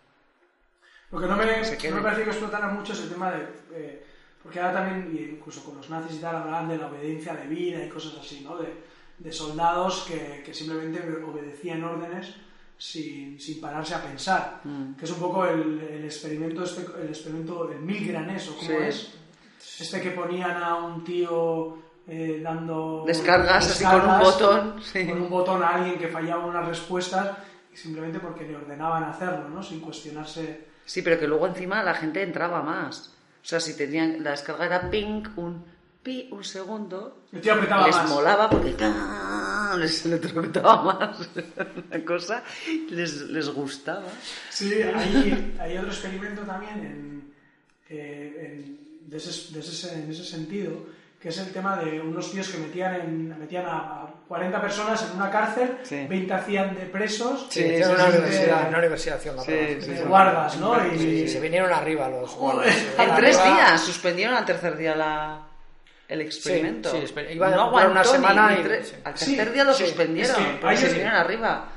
S3: Lo que no me,
S5: se
S3: no
S5: quede.
S3: me parece que explotara mucho es el tema de... eh, porque ahora también, y incluso con los nazis y tal, hablaban de la obediencia de vida y cosas así, ¿no? De, de soldados que, que simplemente obedecían órdenes sin, sin pararse a pensar.
S5: Mm.
S3: Que es un poco el, el experimento, este, el experimento del Milgram, ¿o cómo
S5: Sí.
S3: es? Este que ponían a un tío eh, dando...
S5: Descargas así con un botón, sí.
S3: Con un botón a alguien que fallaba unas respuestas y simplemente porque le ordenaban hacerlo, ¿no? Sin cuestionarse...
S5: Sí, pero que luego encima la gente entraba más. O sea, si tenían la descarga era ping, un pi, un segundo,
S3: El tío apretaba
S5: les
S3: más.
S5: molaba porque ¡tan! Les electrocutaba más la cosa, les, les gustaba.
S3: Sí, hay, hay otro experimento también en, que en, de ese, de ese, en ese sentido, que es el tema de unos tíos que metían, en, metían a, a cuarenta personas en una cárcel,
S5: Sí.
S3: veinte hacían de presos,
S4: Sí,
S5: Sí,
S4: en
S5: sí,
S4: una
S5: sí,
S4: universidad,
S3: de-
S4: en una universidad hacían la
S5: Sí,
S4: prueba.
S5: sí,
S3: de
S5: sí.
S3: guardas, ¿no?
S4: Sí,
S3: Y,
S4: sí, se vinieron arriba los
S3: Joder.
S4: guardas.
S5: En tres
S4: Arriba-
S5: días suspendieron al tercer día la, el experimento.
S4: Sí, sí, esper- iba a
S5: no
S4: durar
S5: aguantó
S4: una semana
S5: ni- ni
S4: y-
S5: tres-
S4: sí.
S5: al
S3: Sí,
S5: tercer día lo
S3: sí,
S5: suspendieron,
S3: es que
S5: porque
S3: hay
S5: se
S3: ese-
S5: vinieron arriba.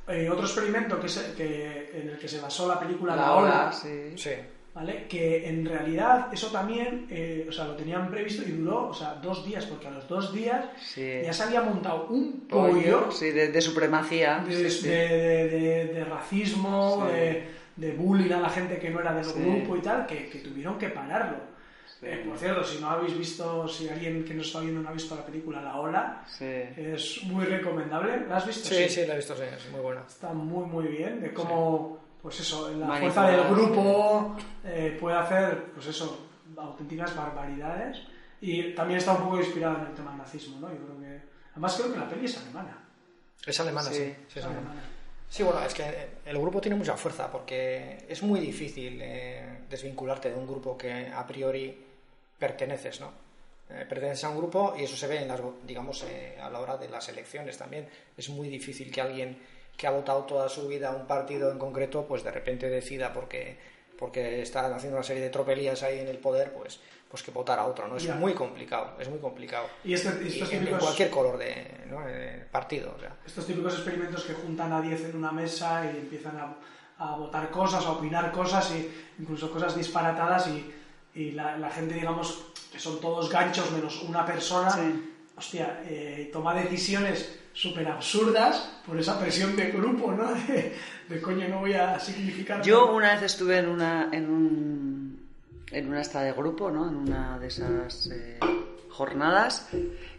S3: eh, otro experimento que, se, que en el que se basó la película La,
S5: La
S3: Ola,
S5: Ola, sí.
S4: Sí.
S3: ¿vale? Que en realidad eso también, eh, o sea, lo tenían previsto y duró, o sea, dos días, porque a los dos días
S5: Sí.
S3: ya se había montado un
S5: Pollo,
S3: pollo
S5: sí, de, de supremacía.
S3: de,
S5: sí, sí.
S3: de, de, de, de racismo,
S5: Sí.
S3: de, de bullying a la gente que no era del
S5: Sí.
S3: grupo y tal, que, que tuvieron que pararlo.
S5: Sí.
S3: Eh, por cierto, si no habéis visto, si alguien que nos está viendo no ha visto la película La Ola,
S5: Sí.
S3: es muy recomendable. ¿La has visto?
S4: Sí, sí, la he visto, sí, es muy buena.
S3: Está muy, muy bien, de cómo, pues eso, la
S5: Manipular,
S3: fuerza del grupo eh, puede hacer, pues eso, auténticas barbaridades. Y también está un poco inspirado en el tema del nazismo, ¿no? Yo creo que... Además creo que la peli es alemana.
S4: Es alemana, sí.
S5: Sí.
S4: sí,
S3: Es
S4: es alemana.
S3: alemana.
S4: Sí, bueno, es que el grupo tiene mucha fuerza porque es muy difícil eh, desvincularte de un grupo que a priori perteneces, ¿no? Eh, perteneces a un grupo y eso se ve en las, digamos, eh, a la hora de las elecciones también. Es muy difícil que alguien que ha votado toda su vida a un partido en concreto, pues de repente decida porque, porque están haciendo una serie de tropelías ahí en el poder, pues, pues que votar a otro, ¿no? Es
S3: Ya.
S4: muy complicado, es muy complicado.
S3: Y, este, y
S4: Y
S3: estos,
S4: en, en
S3: típicos,
S4: cualquier color de, ¿no? de partido, o sea.
S3: estos típicos experimentos que juntan a diez en una mesa y empiezan a, a votar cosas, a opinar cosas, y incluso cosas disparatadas, y, y la, la gente, digamos, que son todos ganchos menos una persona,
S5: Sí.
S3: hostia, eh, toma decisiones súper absurdas por esa presión de grupo, ¿no? De, de coño, no voy a significar...
S5: Yo una vez estuve en una en un en una esta de grupo, ¿no? En una de esas eh, jornadas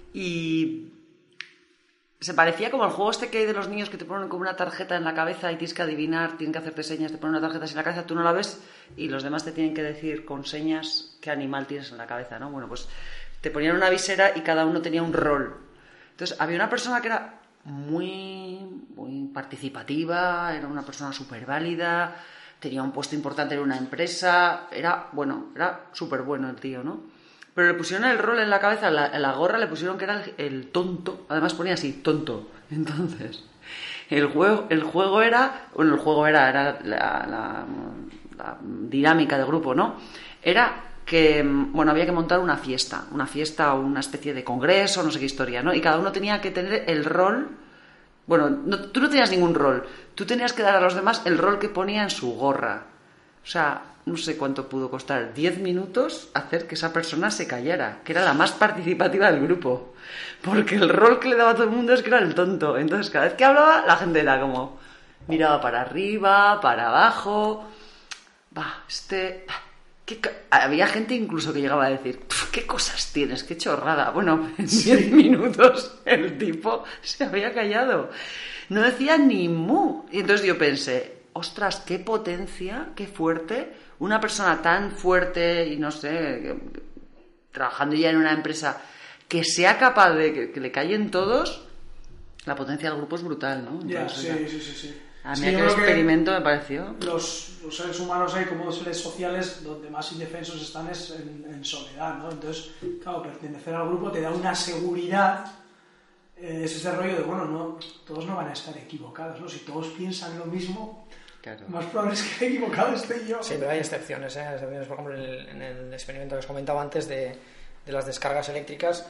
S5: y se parecía como el juego este que hay de los niños que te ponen como una tarjeta en la cabeza y tienes que adivinar, tienen que hacerte señas, te ponen una tarjeta así en la cabeza, tú no la ves y los demás te tienen que decir con señas qué animal tienes en la cabeza, ¿no? Bueno, pues te ponían una visera y cada uno tenía un rol. Entonces había una persona que era muy, muy participativa, era una persona súper válida, tenía un puesto importante en una empresa, era, bueno, era súper bueno el tío, ¿no? Pero le pusieron el rol en la cabeza, en la, en la gorra le pusieron que era el, el tonto, además ponía así, tonto. Entonces, el juego, el juego era, bueno, el juego era, era la, la, la dinámica de grupo, ¿no? Era que, bueno, había que montar una fiesta, una fiesta o una especie de congreso, no sé qué historia, ¿no? Y cada uno tenía que tener el rol, bueno, no, tú no tenías ningún rol, tú tenías que dar a los demás el rol que ponía en su gorra. O sea, no sé cuánto pudo costar, diez minutos hacer que esa persona se callara, que era la más participativa del grupo. Porque el rol que le daba a todo el mundo es que era el tonto. Entonces, cada vez que hablaba, la gente era como, miraba para arriba, para abajo. Va, este... ¿qué ca-? Había gente incluso que llegaba a decir, ¿qué cosas tienes? ¡Qué chorrada! Bueno, en diez minutos el tipo se había callado. No decía ni mu. Y entonces yo pensé, ostras, qué potencia, qué fuerte, una persona tan fuerte y no sé, trabajando ya en una empresa, que sea capaz de que, que le callen todos, la potencia del grupo es brutal, ¿no?
S3: Ya,
S5: Entonces,
S3: sí,
S5: o sea,
S3: sí, sí, sí.
S5: a mí
S3: Sí, yo
S5: aquel
S3: creo que
S5: experimento me pareció...
S3: Los, los seres humanos hay como seres sociales donde más indefensos están es en, en soledad, ¿no? Entonces, claro, pertenecer al grupo te da una seguridad. Eh, es ese rollo de, bueno, no, todos no van a estar equivocados, ¿no? Si todos piensan lo mismo,
S5: Claro.
S3: más probable es que equivocado esté yo.
S4: Sí, pero hay excepciones, ¿eh? Hay excepciones, por ejemplo, en el, en el experimento que os comentaba antes de, de las descargas eléctricas.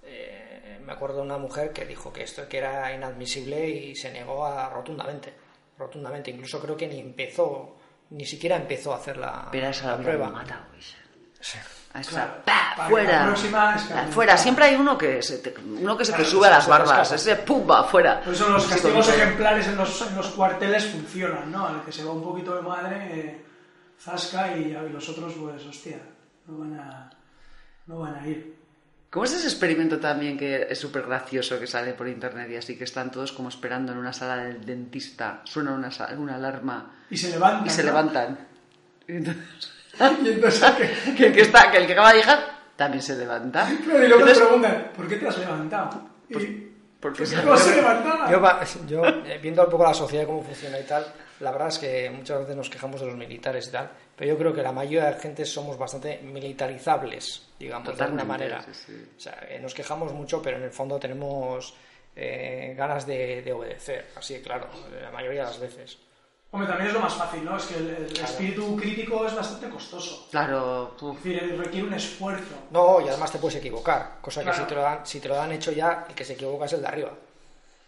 S4: Eh, me acuerdo de una mujer que dijo que esto que era inadmisible y se negó a, rotundamente, rotundamente. Incluso creo que ni empezó, ni siquiera empezó a hacer la,
S5: Pero a esa
S4: la
S5: la
S4: prueba.
S5: mata, güey.
S4: Sí.
S5: A esa,
S3: Claro,
S5: ¡pa!
S3: para
S5: ¡Fuera!
S3: la próxima es que-
S5: Ah, ¡fuera! Siempre hay uno que se te, uno que se
S3: Claro,
S5: te sube a las
S4: se te
S5: barbas.
S4: escapa.
S5: Ese ¡pumba! ¡Fuera!
S3: Por eso los
S5: Sí,
S3: castigos
S5: como-
S3: ejemplares en los, en los cuarteles funcionan, ¿no? Al que se va un poquito de madre, eh, zasca, y, y los otros, pues, hostia, no van a, no van a ir.
S5: ¿Cómo es ese experimento también que es súper gracioso que sale por internet y así que están todos como esperando en una sala del dentista, suena una, sa- una alarma
S3: Y se levantan.
S5: y se
S3: ¿no?
S5: levantan? Y entonces,
S3: Y entonces, ¿qué?
S5: que el que está, que el que acaba de llegar también se levanta.
S3: Claro, y luego te
S5: Entonces,
S3: preguntan, ¿por qué te has levantado? Y,
S5: porque
S3: ¿por qué no se
S4: Yo,
S3: levantaba?
S4: va- yo, eh, viendo un poco la sociedad, cómo funciona y tal, la verdad es que muchas veces nos quejamos de los militares y tal, pero yo creo que la mayoría de la gente somos bastante militarizables, digamos, de alguna
S5: Totalmente,
S4: manera.
S5: sí, sí.
S4: O sea, eh, nos quejamos mucho, pero en el fondo tenemos eh, ganas de, de obedecer, así, claro, la mayoría de las veces.
S3: Hombre, también es lo más fácil, ¿no? Es que el, el espíritu crítico es bastante costoso.
S5: Claro, uf.
S3: Es decir, requiere un esfuerzo.
S4: No, y además te puedes equivocar, cosa que
S3: Claro.
S4: si te, lo dan, si te lo dan hecho ya, el que se equivoca es el de arriba.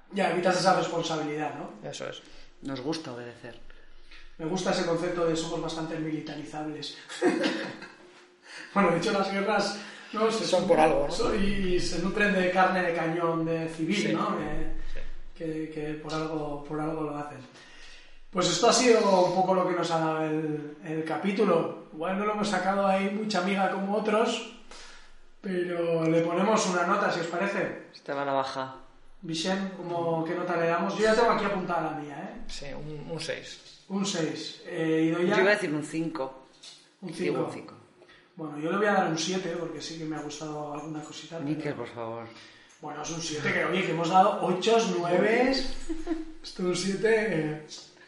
S3: Ya, evitas esa responsabilidad, ¿no?
S4: Eso es.
S5: Nos gusta obedecer.
S3: Me gusta ese concepto de somos bastante militarizables. Bueno, de hecho las guerras no se
S4: Son por algo, ¿no?
S3: son- y se nutren de carne de cañón de civil,
S4: Sí.
S3: ¿no? Que,
S4: Sí.
S3: que, que por algo por algo lo hacen. Pues esto ha sido un poco lo que nos ha dado el, el capítulo. Igual no lo hemos sacado ahí mucha amiga como otros, pero le ponemos una nota, si os parece.
S5: Este va a la baja.
S3: Vicent, ¿cómo, ¿qué nota le damos? Yo ya tengo aquí apuntada la mía, ¿eh?
S4: Sí, un seis.
S3: Un seis. Eh, Idoia,
S5: Yo iba a decir un cinco.
S3: un
S5: Digo
S3: cinco.
S5: un cinco.
S3: Bueno, yo le voy a dar un siete porque sí que me ha gustado alguna cosita. pero-
S5: Níquel, por favor.
S3: Bueno, es un siete, que oye, que hemos dado ocho, nueve. Esto es un siete.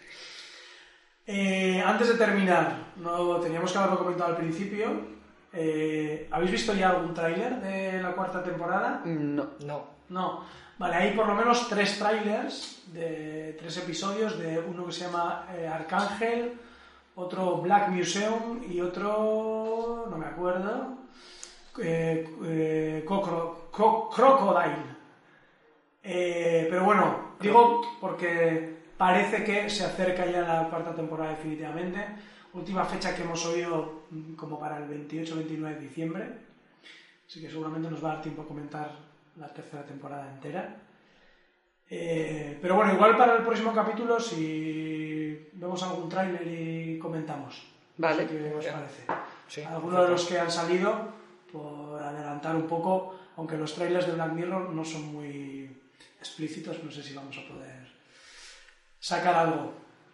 S3: Eh, antes de terminar, no teníamos que haberlo comentado al principio. Eh, ¿Habéis visto ya algún tráiler de la cuarta temporada?
S5: No.
S4: No.
S3: No. Vale, hay por lo menos tres trailers de tres episodios, de uno que se llama eh, Arcángel, otro Black Museum y otro, no me acuerdo, eh, eh, Cocro- Co- Crocodile. Eh, pero bueno, digo porque parece que se acerca ya la cuarta temporada definitivamente. Última fecha que hemos oído mm, como para el veintiocho veintinueve de diciembre. Así que seguramente nos va a dar tiempo a comentar la tercera temporada entera. Eh, pero bueno, igual para el próximo capítulo, si vemos algún tráiler y comentamos.
S5: Vale.
S3: No sé ¿Qué os
S4: Bien.
S3: parece?
S4: Sí,
S3: Algunos de los que han salido, por adelantar un poco, aunque los trailers de Black Mirror no son muy explícitos, no sé si vamos a poder sacar algo.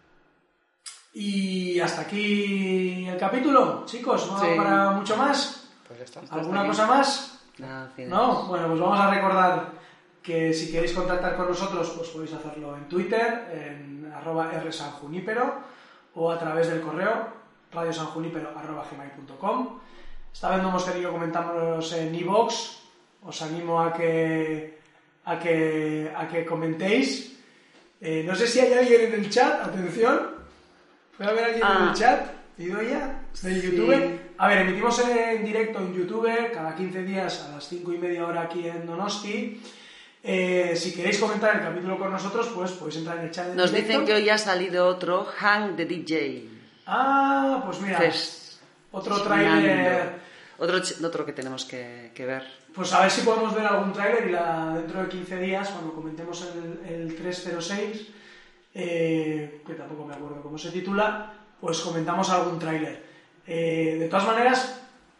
S3: Y hasta aquí el capítulo, chicos, no
S5: Sí.
S3: para mucho más.
S4: Pues ya está.
S3: ¿Alguna
S5: aquí.
S3: cosa más?
S5: Nada, cine.
S3: ¿No? Bueno, pues vamos a recordar que si queréis contactar con nosotros, pues podéis hacerlo en Twitter, en arroba rsanjunípero, o a través del correo radiosanjunípero arroba gmail punto com. Esta vez no hemos tenido comentarios en iVoox, os animo a que, a que, a que comentéis. Eh, no sé si hay alguien en el chat, atención, ¿puede haber alguien en
S5: Ah.
S3: el chat? Idoia, de
S5: Sí.
S3: YouTube. A ver, emitimos en directo en YouTube cada quince días a las cinco y media hora aquí en Donosti. Eh, si queréis comentar el capítulo con nosotros, pues podéis entrar en el chat de
S5: Nos
S3: directo.
S5: dicen que hoy ha salido otro Hang the D J.
S3: Ah, pues mira,
S5: Fest.
S3: otro tráiler.
S5: Otro, ch- otro que tenemos que, que ver.
S3: Pues a ver si podemos ver algún tráiler y la, dentro de quince días, cuando comentemos el, el trescientos seis, eh, que tampoco me acuerdo cómo se titula, pues comentamos algún tráiler. Eh, de todas maneras,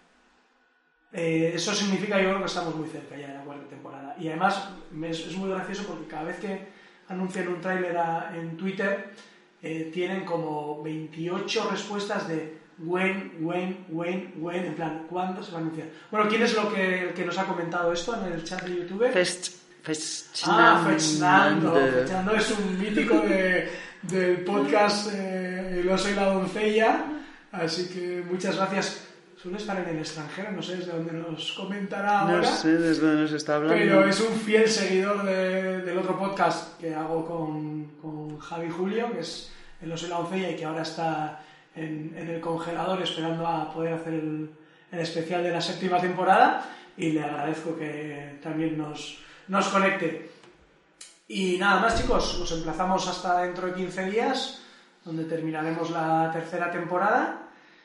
S3: eh, eso significa, yo creo que estamos muy cerca ya de la cuarta temporada. Y además me- es, es muy gracioso porque cada vez que anuncian un tráiler a- en Twitter, eh, tienen como veintiocho respuestas de when, when, when, when, en plan, ¿cuándo se va a anunciar? Bueno, ¿quién es lo que, el que nos ha comentado esto en el chat de YouTube?
S5: Fest. Fest.
S3: Ah, Fechnando. Fechnando es un mítico de, del podcast eh, El oso y la doncella. Así que muchas gracias. Suele estar en el extranjero, no sé desde dónde nos comentará ahora.
S5: No sé desde dónde nos está hablando.
S3: Pero es un fiel seguidor de- del otro podcast que hago con, con Javi Julio, que es El oso y la doncella, y que ahora está en, en el congelador esperando a poder hacer el, el especial de la séptima temporada. Y le agradezco que también nos, nos conecte. Y nada más, chicos, os emplazamos hasta dentro de quince días, donde terminaremos la tercera temporada.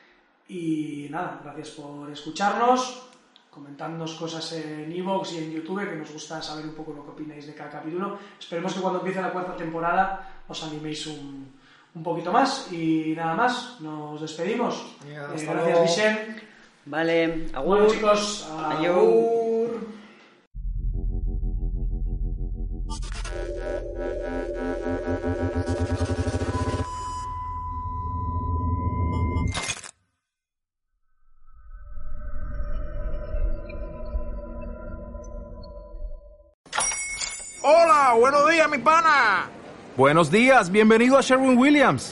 S3: Y nada, gracias por escucharnos, comentadnos cosas en iVoox y en YouTube, que nos gusta saber un poco lo que opináis de cada capítulo. Esperemos que cuando empiece la cuarta temporada os animéis un, un poquito más. Y nada más, nos despedimos.
S4: Ya,
S3: Eh,
S4: hasta
S3: gracias,
S4: luego.
S3: Vicent.
S5: Vale, agur.
S3: Bueno, chicos,
S5: Adiós.
S3: agur.
S7: Hola, buenos días, mi pana. Buenos días, bienvenido a Sherwin Williams.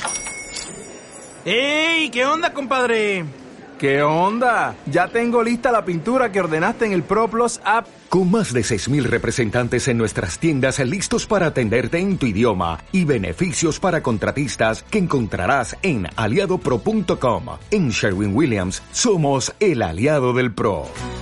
S7: ¡Ey! ¿Qué onda, compadre? ¿Qué onda? Ya tengo lista la pintura que ordenaste en el ProPlus app.
S8: Con más de seis mil representantes en nuestras tiendas listos para atenderte en tu idioma y beneficios para contratistas que encontrarás en aliado pro punto com. En Sherwin Williams somos el aliado del pro.